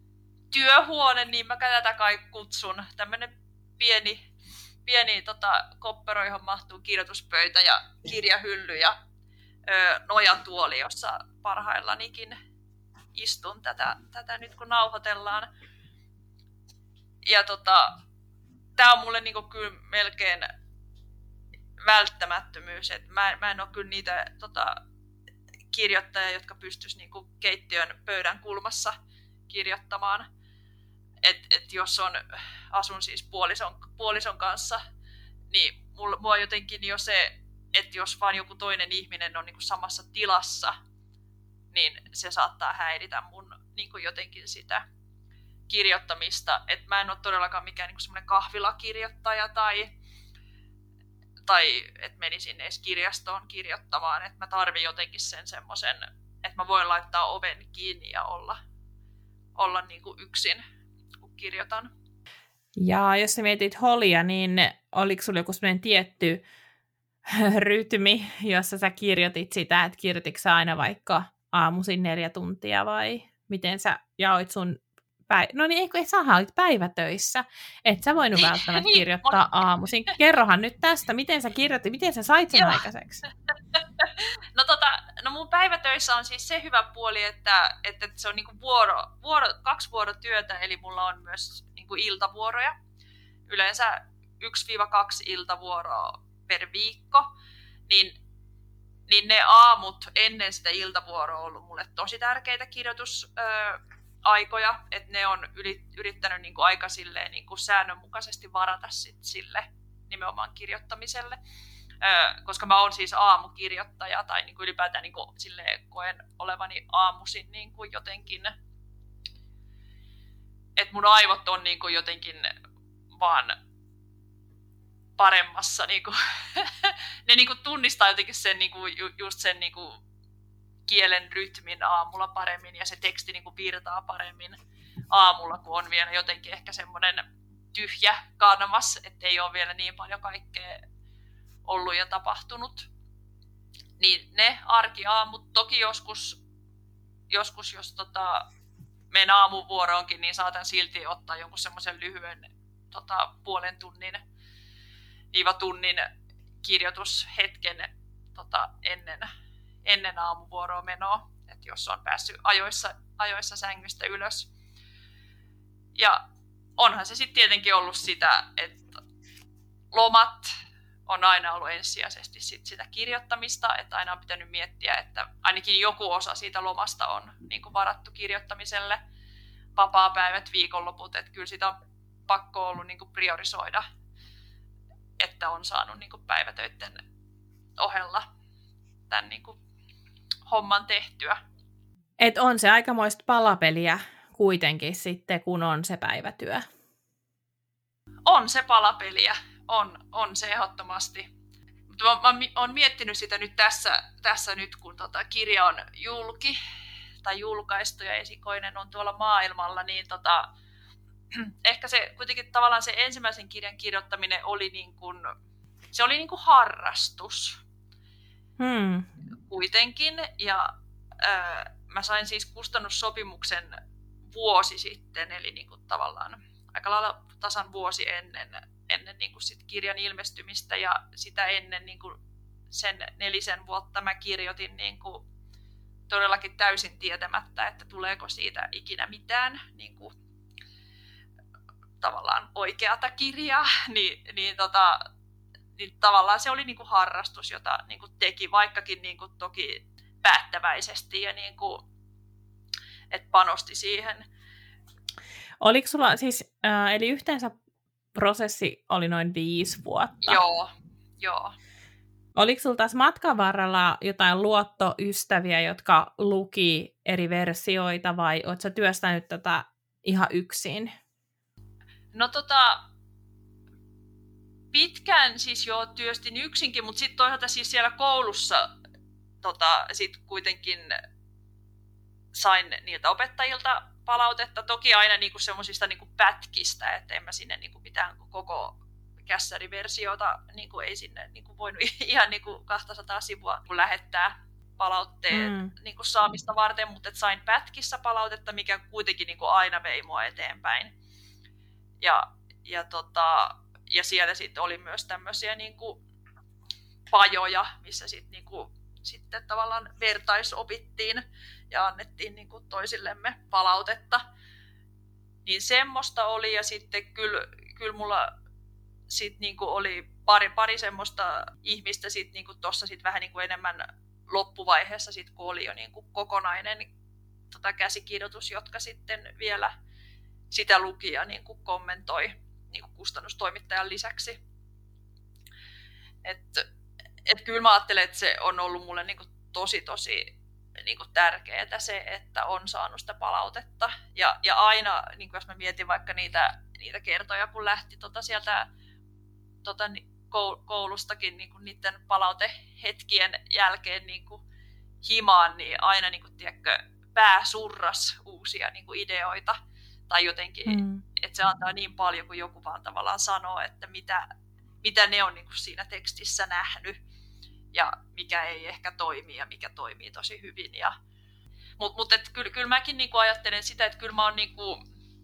työhuone, niin mä tätä kai kutsun. Tämmönen pieni, pieni tota, koppero, johon mahtuu kirjoituspöytä ja kirjahylly ja ö, nojatuoli, jossa parhaillanikin istun tätä, tätä nyt kun nauhoitellaan. Ja tota, tää on mulle niinku kyllä melkein välttämättömyys. Et mä, mä en ole kyllä niitä tota, kirjoittajia, jotka pystyis niinku keittiön pöydän kulmassa kirjoittamaan. Et, et jos on, asun siis puolison, puolison kanssa, niin mulla, mulla jotenkin jo se, että jos vaan joku toinen ihminen on niinku samassa tilassa, niin se saattaa häiritä mun niinku jotenkin sitä kirjoittamista. Et mä en ole todellakaan mikään niinku semmoinen kahvilakirjoittaja tai, tai että menisin edes kirjastoon kirjoittamaan. Et mä tarvin jotenkin sen semmoisen, että mä voin laittaa oven kiinni ja olla, olla niinku yksin, kun kirjoitan. Ja jos sä mietit Holia, niin oliko sulla joku semmoinen tietty rytmi, jossa sä kirjoitit sitä, että kirjoititko sä aina vaikka aamuisin neljä tuntia vai miten sä jaoit sun päivä... No niin, eikö sä olit päivätöissä, et sä voinut välttämättä kirjoittaa aamuisin. Kerrohan nyt tästä, miten sä kirjoitit, miten sä sait sen aikaiseksi? No, tota, no mun päivätöissä on siis se hyvä puoli, että, että se on niinku vuoro, vuoro, kaksi vuorotyötä, eli mulla on myös niinku iltavuoroja. Yleensä yksi kaksi iltavuoroa per viikko, niin, niin ne aamut ennen sitä iltavuoroa on ollut mulle tosi tärkeitä kirjoitusaikoja, että ne on yrittänyt niinku aika silleen, niinku säännönmukaisesti varata sit sille nimenomaan kirjoittamiselle. Koska mä oon siis aamukirjoittaja tai niinku ylipäätään niinku silleen koen olevani aamuisin niinku jotenkin, että mun aivot on niinku jotenkin vaan paremmassa, niinku, ne niinku tunnistaa jotenkin sen, niinku, just sen niinku kielen rytmin aamulla paremmin ja se teksti niinku virtaa paremmin aamulla, kun on vielä jotenkin ehkä semmoinen tyhjä kanvas, ettei ole vielä niin paljon kaikkea ollut ja tapahtunut. Niin ne arkiaamut, toki joskus, joskus jos tota, menen aamuvuoroonkin, niin saatan silti ottaa jonkun semmoisen lyhyen tota, puolen tunnin, viiva tunnin kirjoitushetken tota, ennen, ennen aamuvuoroa menoa, että jos on päässyt ajoissa, ajoissa sängystä ylös. Ja onhan se sitten tietenkin ollut sitä, että lomat on aina ollut ensisijaisesti sit sitä kirjoittamista, että aina on pitänyt miettiä, että ainakin joku osa siitä lomasta on niin kuin varattu kirjoittamiselle, vapaapäivät, viikonloput, että kyllä sitä on pakko ollut niin kuin priorisoida, että on saanut niin kuin päivätöiden ohella tämän niin kuin homman tehtyä. Et on se aikamoista palapeliä kuitenkin sitten, kun on se päivätyö. On se palapeliä. On, on se ehdottomasti. Mutta mä, mä oon miettinyt sitä nyt tässä, tässä nyt, kun tota kirja on julki tai julkaistu ja esikoinen on tuolla maailmalla, niin tota, ehkä se kuitenkin tavallaan se ensimmäisen kirjan kirjoittaminen oli niin kuin, se oli niin kuin harrastus hmm. kuitenkin. Ja ää, mä sain siis kustannussopimuksen vuosi sitten, eli niin kuin tavallaan aika lailla tasan vuosi ennen ennen niin kuin sit kirjan ilmestymistä ja sitä ennen niin kuin sen nelisen vuotta mä kirjoitin niin kuin todellakin täysin tietämättä, että tuleeko siitä ikinä mitään niin kuin tavallaan oikeata kirjaa, niin, niin, tota, niin tavallaan se oli niin kuin harrastus, jota niin kuin teki, vaikkakin niin kuin toki päättäväisesti ja niin kuin, että panosti siihen. Oliko sulla siis, äh, eli yhteensä prosessi oli noin viisi vuotta. Joo, joo. Oliko sinulla taas matkan varrella jotain luottoystäviä, jotka luki eri versioita, vai oletko sä työstänyt tätä ihan yksin? No tota, pitkään siis jo työstin yksinkin, mutta sitten toisaalta siis siellä koulussa tota, sit kuitenkin sain niiltä opettajilta palautetta, toki aina niinku semmoisista niinku pätkistä, että en mä sinne niinku mitään koko kässäriversiota niinku ei sinne niinku voinut ihan niinku kaksisataa sivua lähettää. palautteen Mm. niin kuin saamista varten, mutta sain pätkissä palautetta, mikä kuitenkin niin kuin aina vei mua eteenpäin. Ja, ja, tota, ja siellä sitten oli myös tämmöisiä niin kuin pajoja, missä sit, niin kuin, sitten tavallaan vertaisopittiin ja annettiin niin kuin toisillemme palautetta. Niin semmoista oli, ja sitten kyllä, kyllä mulla sit niin kuin oli pari, pari semmoista ihmistä sit niin kuin tossa sit vähän niin kuin enemmän loppuvaiheessa, sit, kun oli jo niin kuin kokonainen tota, käsikirjoitus, jotka sitten vielä sitä luki ja niin kuin kommentoi niin kuin kustannustoimittajan lisäksi. Et, et kyllä mä ajattelen, että se on ollut mulle niin kuin tosi tosi niin kuin tärkeää se, että on saanut sitä palautetta. Ja, ja aina, niin kuin jos mä mietin vaikka niitä, niitä kertoja, kun lähti tota sieltä tota, koulustakin niin kuin niiden palautehetkien jälkeen niin kuin himaan, niin aina niin kuin, tiedätkö, pää surras uusia niin kuin ideoita. Tai jotenkin, mm. että se antaa niin paljon, kun joku vaan tavallaan sanoo, että mitä, mitä ne on niin kuin siinä tekstissä nähnyt. Ja mikä ei ehkä toimi ja mikä toimii tosi hyvin. Ja... Mutta mut, kyllä, kyllä mäkin niinku ajattelen sitä, että kyllä mä oon niinku,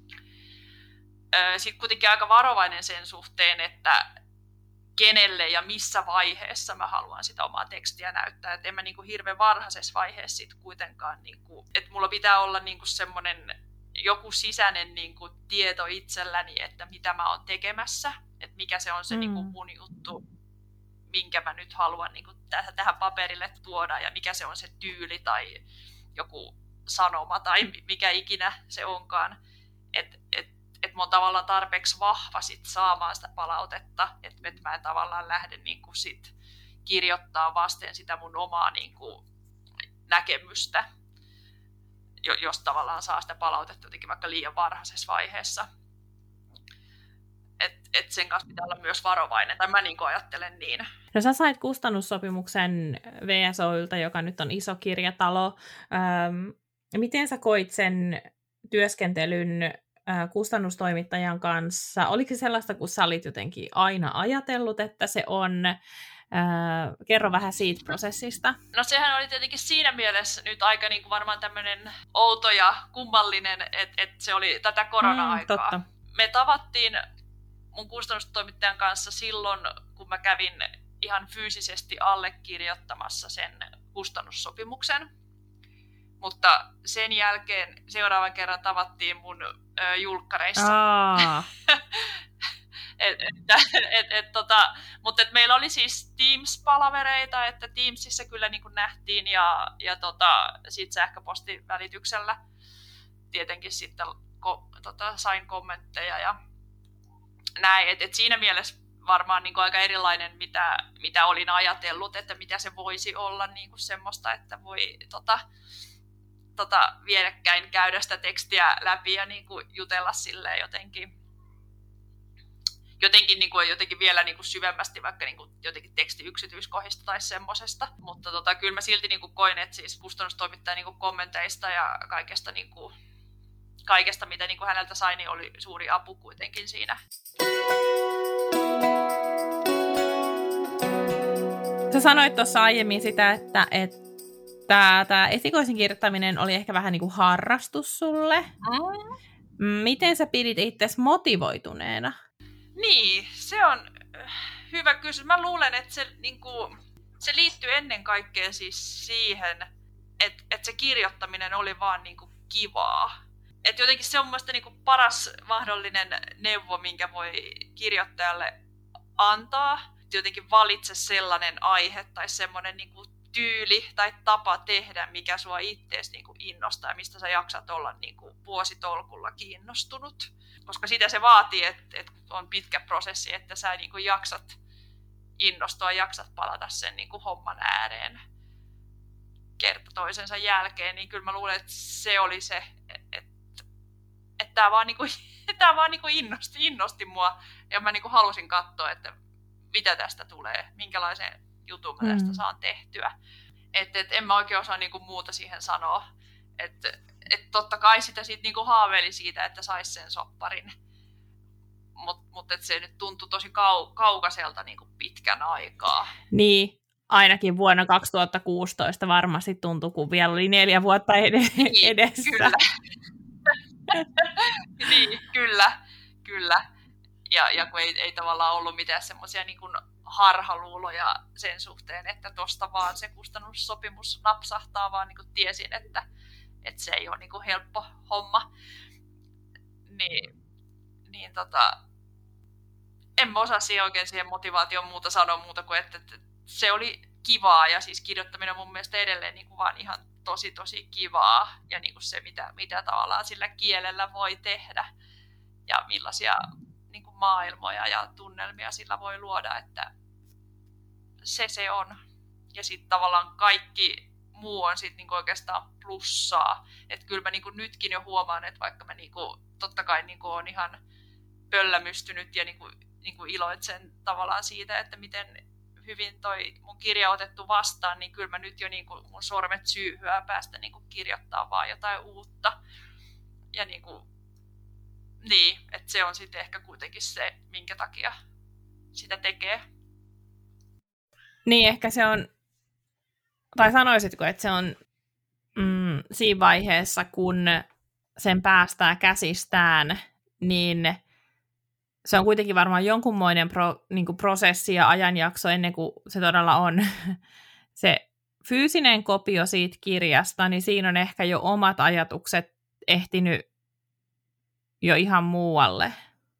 sit kuitenkin aika varovainen sen suhteen, että kenelle ja missä vaiheessa mä haluan sitä omaa tekstiä näyttää. Et en mä niinku hirveän varhaisessa vaiheessa sit kuitenkaan, niinku, että mulla pitää olla niinku semmoinen joku sisäinen niinku tieto itselläni, että mitä mä oon tekemässä, että mikä se on se mm. niinku mun juttu, minkä mä nyt haluan niin kuin tähän paperille tuoda ja mikä se on se tyyli tai joku sanoma tai mikä ikinä se onkaan. Että et, et mä oon tavallaan tarpeeksi vahva sit saamaan sitä palautetta, että et mä en tavallaan lähde niin kuin sit kirjoittaa vasten sitä mun omaa niin kuin näkemystä, jos tavallaan saa sitä palautetta jotenkin vaikka liian varhaisessa vaiheessa. Että et sen kanssa pitää olla myös varovainen, tai mä niin kuin ajattelen niin. No sä sait kustannussopimuksen V S O:lta, joka nyt on iso kirjatalo. Ähm, miten sä koit sen työskentelyn äh, kustannustoimittajan kanssa? Oliko se sellaista, kun sä olit jotenkin aina ajatellut, että se on? Äh, kerro vähän siitä prosessista. No sehän oli tietenkin siinä mielessä nyt aika niin kuin varmaan tämmöinen outo ja kummallinen, että et se oli tätä korona-aikaa. Mm, totta. Me tavattiin mun kustannustoimittajan kanssa silloin, kun mä kävin ihan fyysisesti allekirjoittamassa sen kustannussopimuksen. Mutta sen jälkeen seuraavan kerran tavattiin mun ö, julkkareissa. et, et, et, et, tota, mutta et meillä oli siis Teams-palavereita, että Teamsissa kyllä niin kuin nähtiin ja, ja tota, sit sähköpostin välityksellä tietenkin sitten ko, tota, sain kommentteja ja näin, että et siinä mielessä varmaan niin kuin aika erilainen, mitä, mitä olin ajatellut, että mitä se voisi olla niin kuin semmoista, että voi tota, tota, vierekkäin käydä sitä tekstiä läpi ja niin kuin jutella silleen jotenkin, jotenkin, niin kuin, jotenkin vielä niin kuin syvemmästi vaikka niin kuin jotenkin tekstiyksityiskohdista tai semmosesta. Mutta tota, kyllä mä silti niin kuin koin, että siis kustannustoimittajan niin kuin kommenteista ja kaikesta, niin kuin, kaikesta mitä niin kuin häneltä sai, niin oli suuri apu kuitenkin siinä. Sä sanoit tuossa aiemmin sitä, että, että tämä esikoisen kirjoittaminen oli ehkä vähän niin kuin harrastus sulle. Mm. Miten sä pidit itsesi motivoituneena? Niin, se on hyvä kysymys. Mä luulen, että se, niin kuin, se liittyy ennen kaikkea siis siihen, että, että se kirjoittaminen oli vaan niin kuin kivaa. Että jotenkin se on mielestäni niin kuin paras mahdollinen neuvo, minkä voi kirjoittajalle antaa. Jotenkin valitse sellainen aihe tai semmoinen niin kuin tyyli tai tapa tehdä, mikä sua ittees niin kuin innostaa ja mistä sä jaksat olla niin kuin vuositolkulla kiinnostunut. Koska sitä se vaatii, että, että on pitkä prosessi, että sä niin kuin jaksat innostua, jaksat palata sen niin kuin homman ääreen kerta toisensa jälkeen. Niin kyllä mä luulen, että se oli se, että, että tämä vaan, niin kuin, tämä vaan niin kuin innosti, innosti mua. Ja mä niin kuin halusin katsoa, että mitä tästä tulee, minkälaisen jutun mä tästä mm. saan tehtyä. Että et en mä oikein osaa niinku muuta siihen sanoa. Että et totta kai sitä sit niinku haaveili siitä, että sais sen sopparin. Mutta mut se nyt tuntui tosi kau- kaukaiselta niinku pitkän aikaa. Niin, ainakin vuonna kaksituhattakuusitoista varmasti tuntui, kun vielä oli neljä vuotta ed- niin, edessä. Kyllä. niin, kyllä, kyllä. Ja, ja kun ei, ei tavallaan ollut mitään semmoisia niin kuin harhaluuloja sen suhteen, että tosta vaan se kustannussopimus napsahtaa, vaan niin kuin tiesin, että, että se ei ole niin kuin helppo homma. Niin, niin tota, en mä osaa siihen oikein siihen motivaatioon muuta sanoa muuta kuin, että, että se oli kivaa ja siis kirjoittaminen on mun mielestä edelleen niin kuin vaan ihan tosi tosi kivaa ja niin kuin se, mitä, mitä tavallaan sillä kielellä voi tehdä ja millaisia niin kuin maailmoja ja tunnelmia sillä voi luoda, että se se on. Ja sitten tavallaan kaikki muu on sitten niinku oikeastaan plussaa. Että kyllä mä niinku nytkin jo huomaan, että vaikka mä niinku, totta kai niinku on ihan pöllämystynyt ja niinku, niinku iloitsen tavallaan siitä, että miten hyvin toi mun kirja on otettu vastaan, niin kyllä mä nyt jo niinku, mun sormet syyhyää päästä niinku kirjoittaa vaan jotain uutta. Ja niinku, niin, että se on sitten ehkä kuitenkin se, minkä takia sitä tekee. Niin, ehkä se on, tai sanoisitko, että se on mm, siinä vaiheessa, kun sen päästää käsistään, niin se on kuitenkin varmaan jonkunmoinen pro, niin kuin prosessi ja ajanjakso ennen kuin se todella on se fyysinen kopio siitä kirjasta, niin siinä on ehkä jo omat ajatukset ehtinyt jo ihan muualle.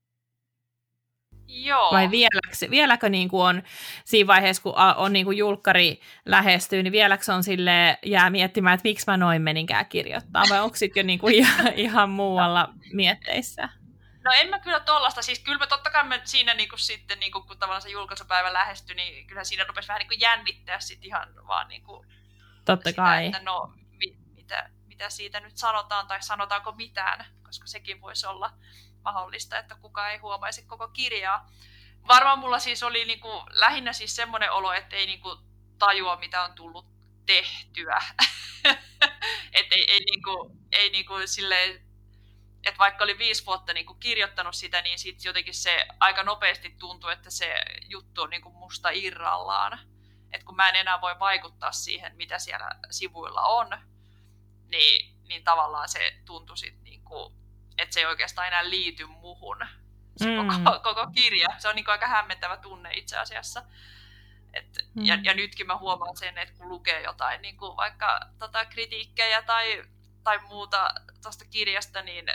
Joo. Vai vieläkö, vieläkö niin kuin on siinä vaiheessa, kun on niin kuin julkkari lähestyy, niin vieläkö on silleen, jää miettimään, että miksi mä noin meninkään kirjoittaa, vai onko sitten jo niin kuin ihan, ihan muualla mietteissä? No en mä kyllä tollasta, siis kyllä mä totta kai mä siinä niin kuin sitten, niin kuin, kun tavallaan se julkaisupäivä lähestyi, niin kyllä siinä rupesi vähän niin kuin jännittää sitten ihan vaan niin kuin totta sitä, kai. Että no mi, mitä, mitä siitä nyt sanotaan tai sanotaanko mitään, koska sekin voisi olla mahdollista, että kukaan ei huomaisi koko kirjaa. Varmaan mulla siis oli niinku lähinnä siis semmoinen olo, että ei niinku tajua, mitä on tullut tehtyä. että ei, ei, niinku, ei niinku silleen, että vaikka oli viisi vuotta niinku kirjoittanut sitä, niin sitten jotenkin se aika nopeasti tuntui, että se juttu on niinku musta irrallaan. Että kun mä en enää voi vaikuttaa siihen, mitä siellä sivuilla on, niin, niin tavallaan se tuntui sitten niinku, että se ei oikeastaan enää liity muhun, se mm. koko, koko kirja. Se on niin aika hämmentävä tunne itse asiassa. Et, mm. ja, ja nytkin mä huomaan sen, että kun lukee jotain niin kuin vaikka tota kritiikkejä tai, tai muuta tuosta kirjasta, niin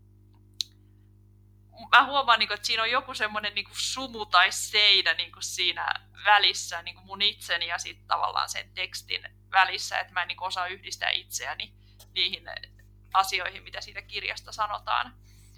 mä huomaan, niin kuin, että siinä on joku semmoinen niin kuin sumu tai seinä niin kuin siinä välissä niin kuin mun itseni ja sitten tavallaan sen tekstin välissä, että mä en niin kuin osaa yhdistää itseäni niihin asioihin, mitä siitä kirjasta sanotaan.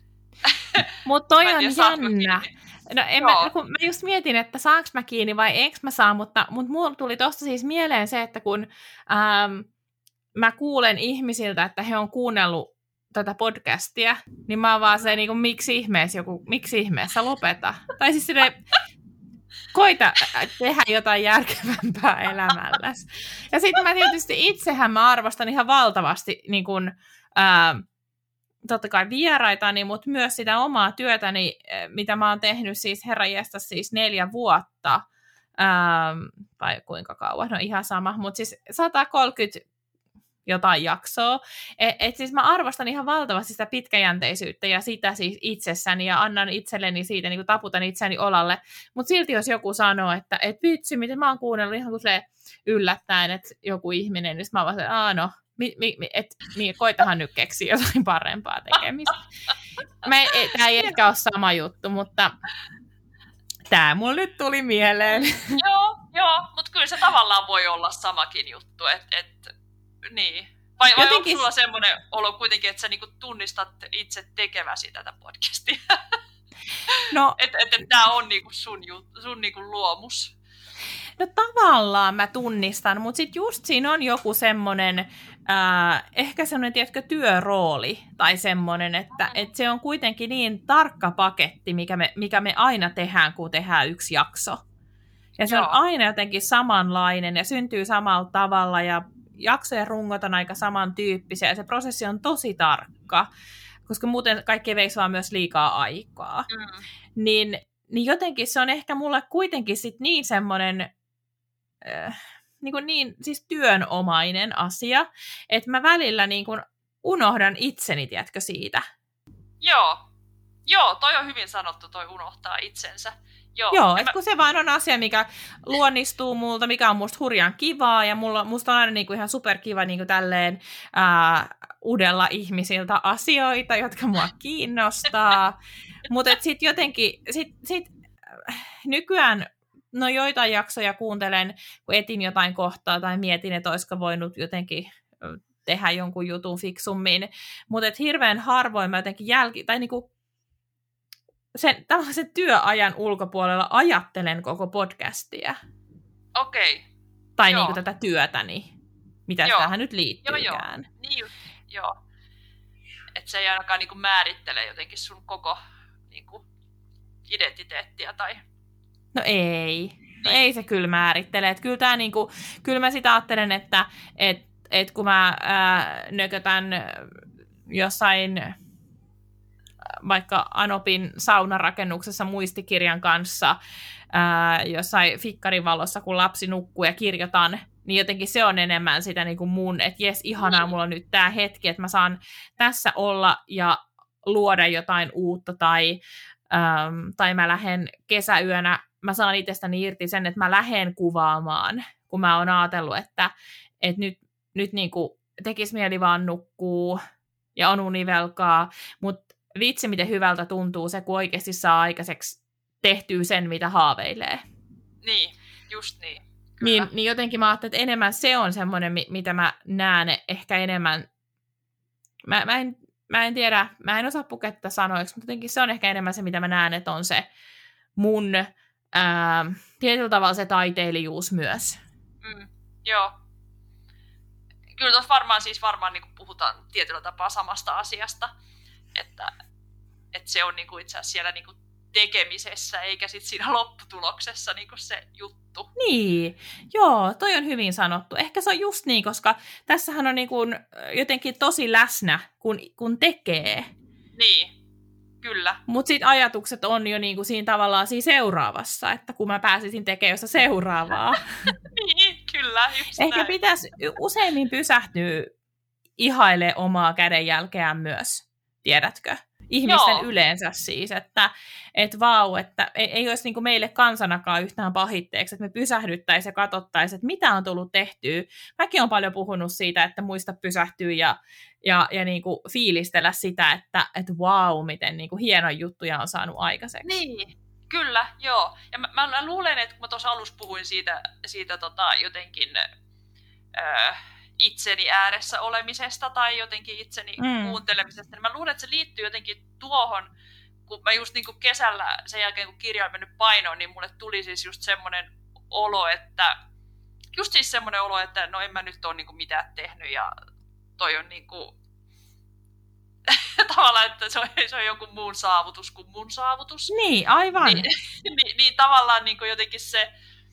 Mutta toi on jännä. No, en mä, kun mä just mietin, että saanko mä kiinni vai eikö mä saa, mutta, mutta mulla tuli tosta siis mieleen se, että kun ähm, mä kuulen ihmisiltä, että he on kuunnellut tätä podcastia, niin mä oon vaan se, niin kuin, miksi ihmeessä joku, miksi ihmeessä lopeta? Tai siis silleen, koita tehdä jotain järkevämpää elämälläsi. Ja sitten mä tietysti itsehän mä arvostan ihan valtavasti niin kun, ää, totta kai vieraitani, mutta myös sitä omaa työtäni, mitä mä oon tehnyt siis herranjestas siis neljä vuotta, ää, vai kuinka kauan, no ihan sama, mutta siis sata kolmekymmentä jotain jaksoa. Et, et siis mä arvostan ihan valtavasti sitä pitkäjänteisyyttä ja sitä siis itsessäni ja annan itselleni siitä, niin kuin taputan itseni olalle. Mutta silti jos joku sanoo, että et vitsi, miten mä oon kuunnellut ihan kuin se yllättäen, että joku ihminen, niin mä oon vaan, aah no, mi, mi, mi, et, mi, koitahan nyt keksiä jotain parempaa tekemistä. Tämä ei ehkä ole sama juttu, mutta tämä mulle nyt tuli mieleen. Joo, joo, mutta kyllä se tavallaan voi olla samakin juttu, että et, niin. Vai, vai onko sulla semmoinen olo kuitenkin, että sä niinku tunnistat itse tekeväsi tätä podcastia? No, että et, et tämä on niinku sun, sun niinku luomus. No tavallaan mä tunnistan, mutta sitten just siinä on joku semmoinen, äh, ehkä semmoinen, tiedätkö, työrooli tai semmoinen, että mm-hmm. et se on kuitenkin niin tarkka paketti, mikä me, mikä me aina tehdään, kun tehdään yksi jakso. Ja se Joo. on aina jotenkin samanlainen ja syntyy samalla tavalla ja jaksojen rungot on aika samantyyppisiä ja se prosessi on tosi tarkka, koska muuten kaikki veisi vaan myös liikaa aikaa. Mm. Niin, niin jotenkin se on ehkä mulle kuitenkin sit niin semmoinen äh, niin, kuin niin siis työnomainen asia, että mä välillä niin kuin unohdan itseni, tiedätkö, siitä. Joo. Joo, toi on hyvin sanottu, toi unohtaa itsensä. Joo, Joo, että mä... kun se vaan on asia, mikä luonnistuu multa, mikä on musta hurjan kivaa, ja mulla, musta on aina niinku ihan superkiva niinku tälleen ää, udella ihmisiltä asioita, jotka mua kiinnostaa. Mutta sitten jotenkin, sit, sit, nykyään, no joitain jaksoja kuuntelen, kun etin jotain kohtaa tai mietin, että olisiko voinut jotenkin tehdä jonkun jutun fiksummin. Mutta hirveän harvoin mä jotenkin jälki, tai niinku, sen tällaisen työajan ulkopuolella ajattelen koko podcastia. Okei. Okay. Tai niinku tätä työtäni, mitä joo. tähän nyt liittyykään. Joo, joo. Niin just, joo. Että se ei ainakaan niinku määrittele jotenkin sun koko niinku identiteettiä tai... No ei. No ei se kyllä määrittele. Et kyllä, tää niinku, kyllä mä sitä ajattelen, että et, et kun mä ää, nökötän jossain... vaikka Anopin saunarakennuksessa muistikirjan kanssa ää, jossain fikkarin valossa, kun lapsi nukkuu ja kirjoitan, niin jotenkin se on enemmän sitä niin kuin mun, että jes, ihanaa, mulla on nyt tää hetki, että mä saan tässä olla ja luoda jotain uutta, tai, äm, tai mä lähden kesäyönä, mä saan itsestäni irti sen, että mä lähden kuvaamaan, kun mä oon ajatellut, että, että nyt, nyt niin kuin tekisi mieli vaan nukkuu ja on univelkaa, mutta vitsi, miten hyvältä tuntuu se, kun oikeasti saa aikaiseksi tehtyä sen, mitä haaveilee. Niin, just niin. Niin, niin jotenkin mä ajattelin, että enemmän se on semmoinen, mitä mä näen ehkä enemmän. Mä, mä, en, mä en tiedä, mä en osaa puketta sanoiksi, mutta jotenkin se on ehkä enemmän se, mitä mä näen, että on se mun ää, tietyllä tavalla se taiteilijuus myös. Mm, joo. Kyllä tuossa varmaan siis varmaan niin puhutaan tietyllä tapaa samasta asiasta. Että, että se on niinku itse asiassa siellä niinku tekemisessä, eikä sit siinä lopputuloksessa niinku se juttu. Niin, joo, toi on hyvin sanottu. Ehkä se on just niin, koska tässähän on niinku jotenkin tosi läsnä, kun, kun tekee. Niin, kyllä. Mutta sitten ajatukset on jo niinku siinä tavallaan siinä seuraavassa, että kun mä pääsisin tekemään jossa seuraavaa. Niin, kyllä, just Ehkä näin. pitäisi useimmin pysähtyä ihailemaan omaa kädenjälkeään myös. Tiedätkö? Ihmisten Joo. yleensä siis, että et vau, että ei, ei olisi niinku meille kansanakaan yhtään pahitteeksi, että me pysähdyttäisiin ja katsottaisiin, että mitä on tullut tehtyä. Mäkin olen paljon puhunut siitä, että muista pysähtyä ja, ja, ja niinku fiilistellä sitä, että et vau, miten niinku hienoja juttuja on saanut aikaiseksi. Niin, kyllä, joo. Ja mä, mä luulen, että kun mä tuossa alussa puhuin siitä, siitä tota, jotenkin... Öö, itseni ääressä olemisesta tai jotenkin itseni mm. kuuntelemisesta, niin mä luulen, että se liittyy jotenkin tuohon, kun mä just niin kuin kesällä sen jälkeen, kun kirja on mennyt painoon, niin mulle tuli siis just semmoinen olo, että just siis semmoinen olo, että no en mä nyt ole niin kuin mitään tehnyt ja toi on niin kuin tavallaan, että se on, se on joku muun saavutus kuin mun saavutus. Niin, aivan. Niin, niin, niin tavallaan niin kuin jotenkin se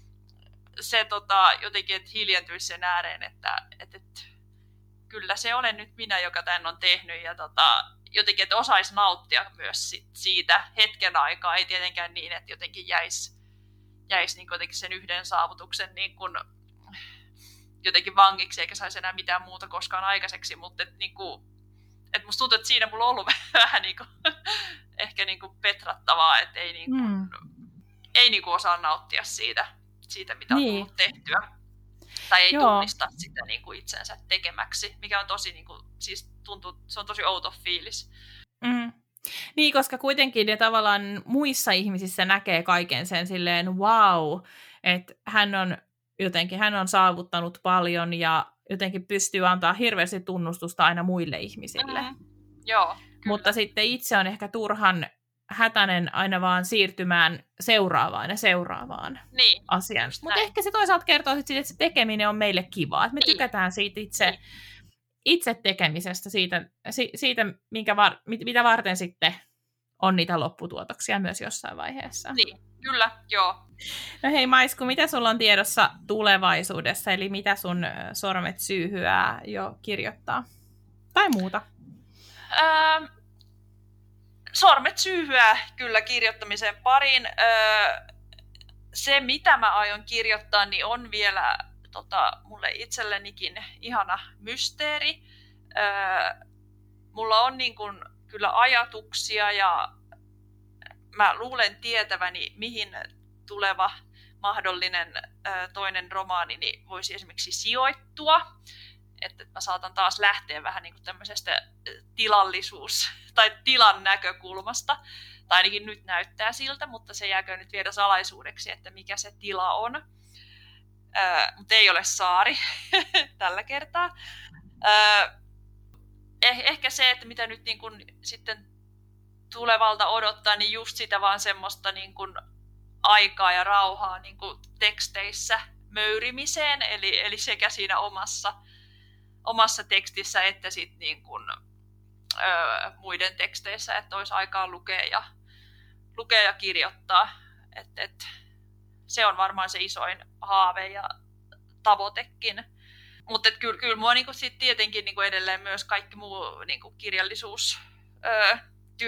se tota, jotenkin, että hiljentyisi sen ääreen, että, että, että kyllä se olen nyt minä, joka tämän on tehnyt, ja tota, jotenkin, että osaisi nauttia myös sit siitä hetken aikaa, ei tietenkään niin, että jotenkin jäisi, jäisi niin jotenkin sen yhden saavutuksen niin kuin jotenkin vangiksi, eikä saisi enää mitään muuta koskaan aikaiseksi, mutta että, niin kuin, että musta tuntuu, että siinä mulla on ollut vähän niin kuin, ehkä niin kuin petrattavaa, että ei, niin kuin, mm. ei niin kuin osaa nauttia siitä, siitä, mitä on niin. tullut tehtyä. Tai ei Joo. tunnista sitä niin kuin itsensä tekemäksi, mikä on tosi, niin kuin, siis tuntuu, se on tosi outo fiilis. Mm. Niin, koska kuitenkin ne tavallaan muissa ihmisissä näkee kaiken sen silleen, wow, että hän on jotenkin, hän on saavuttanut paljon ja jotenkin pystyy antaa hirveästi tunnustusta aina muille ihmisille. Mm. Joo, mutta sitten itse on ehkä turhan hätäinen aina vaan siirtymään seuraavaan ja seuraavaan niin, asiaan. Mutta ehkä se toisaalta kertoo siitä, että se tekeminen on meille kivaa. Että me niin. tykätään siitä itse, niin. itse tekemisestä, siitä, siitä minkä var, mitä varten sitten on niitä lopputuotoksia myös jossain vaiheessa. Niin, kyllä, joo. No hei Maisku, mitä sulla on tiedossa tulevaisuudessa? Eli mitä sun sormet syyhyää jo kirjoittaa? Tai muuta? Ähm. Sormet syyhyää kyllä kirjoittamisen pariin. Öö, se, mitä mä aion kirjoittaa, niin on vielä tota, mulle itsellenikin ihana mysteeri. Öö, mulla on niin kun, kyllä ajatuksia ja mä luulen tietäväni, mihin tuleva mahdollinen öö, toinen romaanini voisi esimerkiksi sijoittua. Että mä saatan taas lähteä vähän niin kuin tämmöisestä tilallisuus- tai tilan näkökulmasta. Tai ainakin nyt näyttää siltä, mutta se jääkö nyt vielä salaisuudeksi, että mikä se tila on. Öö, mutta ei ole saari tällä kertaa. Öö, eh- ehkä se, että mitä nyt niin kun sitten tulevalta odottaa, niin just sitä vaan semmoista niin kun aikaa ja rauhaa niin kun teksteissä möyrimiseen. Eli, eli sekä siinä omassa, omassa tekstissä että sit niin kun, öö, muiden teksteissä, että olisi aikaa lukea ja, lukea ja kirjoittaa. Et, et, se on varmaan se isoin haave ja tavoitekin. Mutta kyllä, kyllä mua niinku sit tietenkin niinku edelleen myös kaikki muu niinku kirjallisuustyö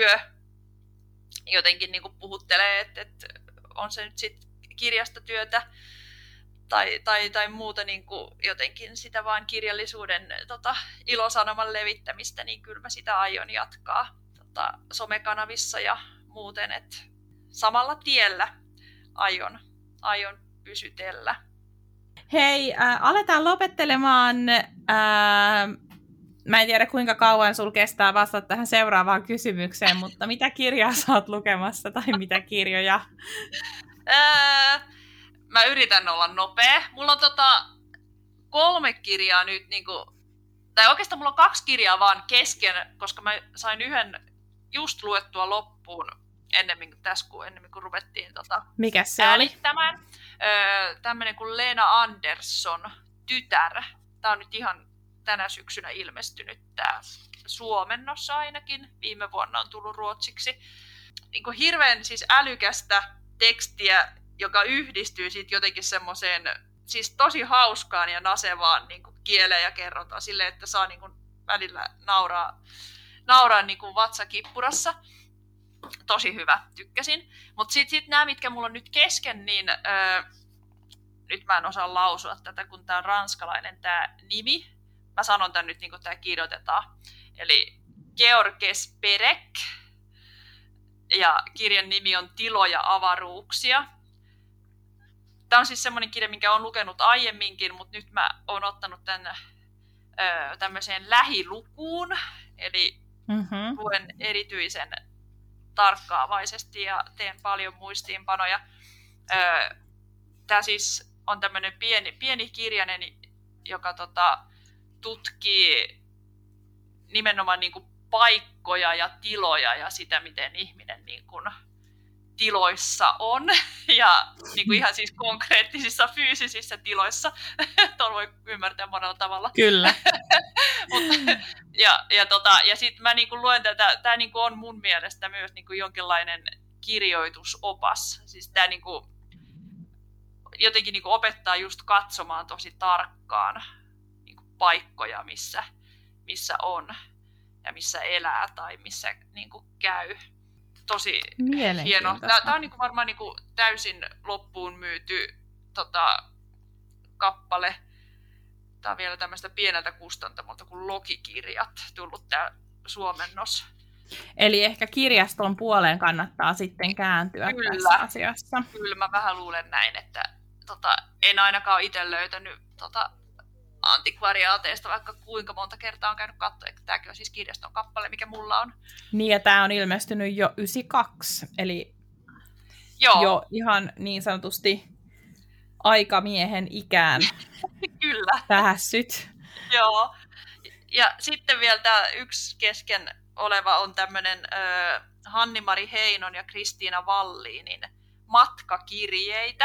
jotenkin niinku puhuttelee, että et on se nyt sitten kirjastotyötä tai, tai, tai muuta niinku jotenkin sitä vaan kirjallisuuden tota, ilosanoman levittämistä, niin kyllä mä sitä aion jatkaa tota, somekanavissa ja muuten, että samalla tiellä aion, aion pysytellä. Hei, äh, aletaan lopettelemaan. Äh, mä en tiedä, kuinka kauan sul kestää vastata tähän seuraavaan kysymykseen, mutta mitä kirjaa sä oot lukemassa tai mitä kirjoja? Öö, mä yritän olla nopea. Mulla on tota kolme kirjaa nyt, niinku, tai oikeastaan mulla on kaksi kirjaa vaan kesken, koska mä sain yhden just luettua loppuun ennemmin, tässä, kun, ennemmin kuin ruvettiin tota, mikäs se oli? Tämän. Öö, tämmönen kuin Lena Andersson, Tytär. Tää on nyt ihan tänä syksynä ilmestynyt tää suomennossa ainakin. Viime vuonna on tullut ruotsiksi. Niin kuin hirveän siis älykästä tekstiä, joka yhdistyy sitten jotenkin semmoiseen siis tosi hauskaan ja nasevaan niin kuin kieleen ja kerrotaan silleen, että saa niin kuin välillä nauraa, nauraa niin kuin vatsakippurassa. Tosi hyvä, tykkäsin. Mutta sitten sit nämä, mitkä mulla on nyt kesken, niin öö, nyt mä en osaa lausua tätä, kun tää on ranskalainen tää nimi. Mä sanon tän nyt niin kuin tää kirjoitetaan. Eli Georges Perec. Ja kirjan nimi on Tiloja avaruuksia. Tää on siis semmoinen kirja, minkä olen lukenut aiemminkin, mutta nyt mä oon ottanut tän öö, tämmöiseen lähilukuun. Eli mm-hmm. luen erityisen tarkkaavaisesti ja teen paljon muistiinpanoja. Öö, Tämä siis on tämmöinen pieni, pieni kirjainen, joka tota, tutkii nimenomaan niin kuin paikkoja ja tiloja ja sitä, miten ihminen niin kuin tiloissa on. Ja niin kuin ihan siis konkreettisissa fyysisissä tiloissa. Tuon voi ymmärtää monella tavalla. Kyllä. Mut, ja ja, tota, ja sitten mä niin kuin luen tätä, tämä niin kuin on mun mielestä myös niin kuin jonkinlainen kirjoitusopas. Siis tämä niin kuin jotenkin niin kuin opettaa just katsomaan tosi tarkkaan niin kuin paikkoja, missä, missä on ja missä elää tai missä niin kuin käy. Tosi hieno. Tämä on niin kuin varmaan niin kuin täysin loppuun myyty tota, kappale. Tämä on vielä tämmöistä pieneltä kustantamolta kuin Lokikirjat tullut tämä suomennos. Eli ehkä kirjaston puoleen kannattaa sitten kääntyä kyllä, tässä asiassa. Kyllä, mä vähän luulen näin, että tota, en ainakaan itse löytänyt tota, antikvariaateista, vaikka kuinka monta kertaa on käynyt katsoa. Tämäkin on siis kirjaston kappale, mikä mulla on. Niin, ja tämä on ilmestynyt jo yhdeksänkymmentäkaksi, eli Joo. jo ihan niin sanotusti aikamiehen ikään kyllä. päässyt. Joo. Ja sitten vielä tämä yksi kesken oleva on tämmöinen äh, Hanni-Mari Heinon ja Kristiina Wallinin matkakirjeitä.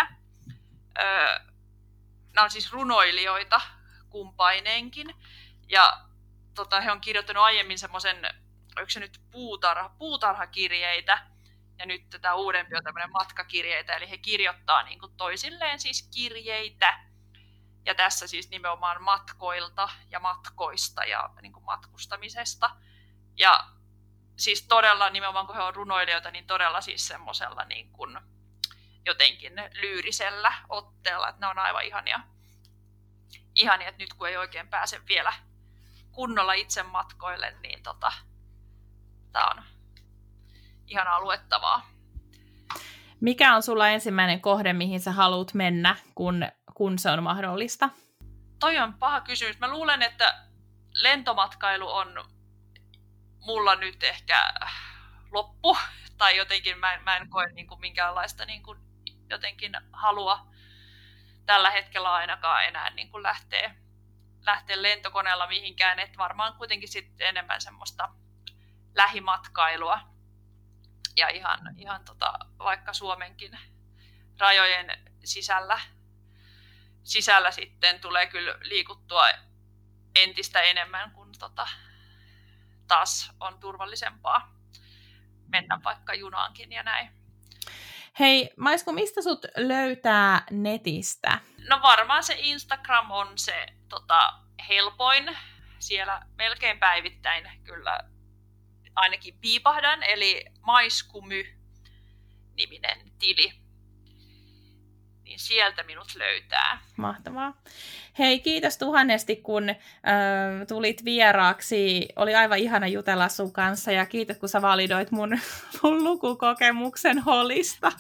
Äh, nämä on siis runoilijoita kumpainenkin. Ja tota, he on kirjoittanut aiemmin semmoisen, oliko se nyt puutarha, puutarhakirjeitä, ja nyt tätä uudempi on tämmöinen matkakirjeitä, eli he kirjoittaa niin kuin toisilleen siis kirjeitä. Ja tässä siis nimenomaan matkoilta ja matkoista ja niin kuin matkustamisesta. Ja siis todella nimenomaan kun he on runoilijoita, niin todella siis semmoisella niin kuin, jotenkin lyyrisellä otteella, että ne on aivan ihania. Ihania, että nyt kun ei oikein pääse vielä kunnolla itse matkoille, niin tota, tää on ihanaa luettavaa. Mikä on sulla ensimmäinen kohde, mihin sä haluat mennä, kun, kun se on mahdollista? Toi on paha kysymys. Mä luulen, että lentomatkailu on mulla nyt ehkä loppu, tai jotenkin mä en, mä en koe niin kuin minkäänlaista niin kuin jotenkin halua tällä hetkellä ainakaan enää niin kuin lähteä, lähteä lentokoneella mihinkään, että varmaan kuitenkin sitten enemmän semmoista lähimatkailua ja ihan, ihan tota, vaikka Suomenkin rajojen sisällä, sisällä sitten tulee kyllä liikuttua entistä enemmän, kun tota, taas on turvallisempaa mennä vaikka junaankin ja näin. Hei, Maisku, mistä sut löytää netistä? No varmaan se Instagram on se tota, helpoin. Siellä melkein päivittäin kyllä ainakin piipahdan, eli Maiskumy-niminen tili. Niin sieltä minut löytää. Mahtavaa. Hei, kiitos tuhannesti, kun äh, tulit vieraaksi. Oli aivan ihana jutella sun kanssa ja kiitos, kun sä validoit mun, mun lukukokemuksen Holista.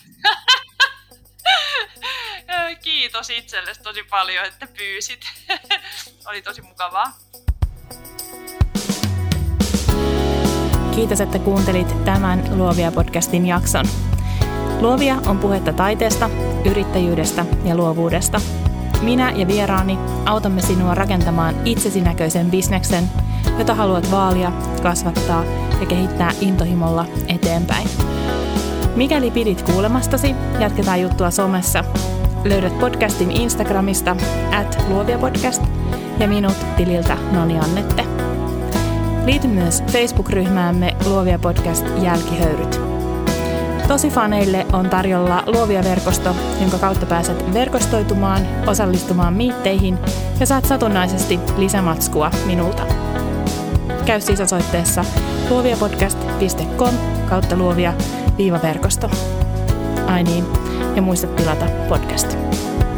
Kiitos itsellesi tosi paljon, että pyysit. Oli tosi mukavaa. Kiitos, että kuuntelit tämän Luovia-podcastin jakson. Luovia on puhetta taiteesta, yrittäjyydestä ja luovuudesta. Minä ja vieraani autamme sinua rakentamaan itsesi näköisen bisneksen, jota haluat vaalia, kasvattaa ja kehittää intohimolla eteenpäin. Mikäli pidit kuulemastasi, jatketaan juttua somessa. Löydät podcastin Instagramista at luoviapodcast ja minut tililtä Noni Annette. Liity myös Facebook-ryhmäämme Luovia Podcast Jälkihöyryt. Tosifaneille on tarjolla Luovia-verkosto, jonka kautta pääset verkostoitumaan, osallistumaan miitteihin ja saat satunnaisesti lisämatskua minulta. Käy siis osoitteessa luoviapodcast piste com kautta luovia-verkosto. Ai niin, ja muista tilata podcast.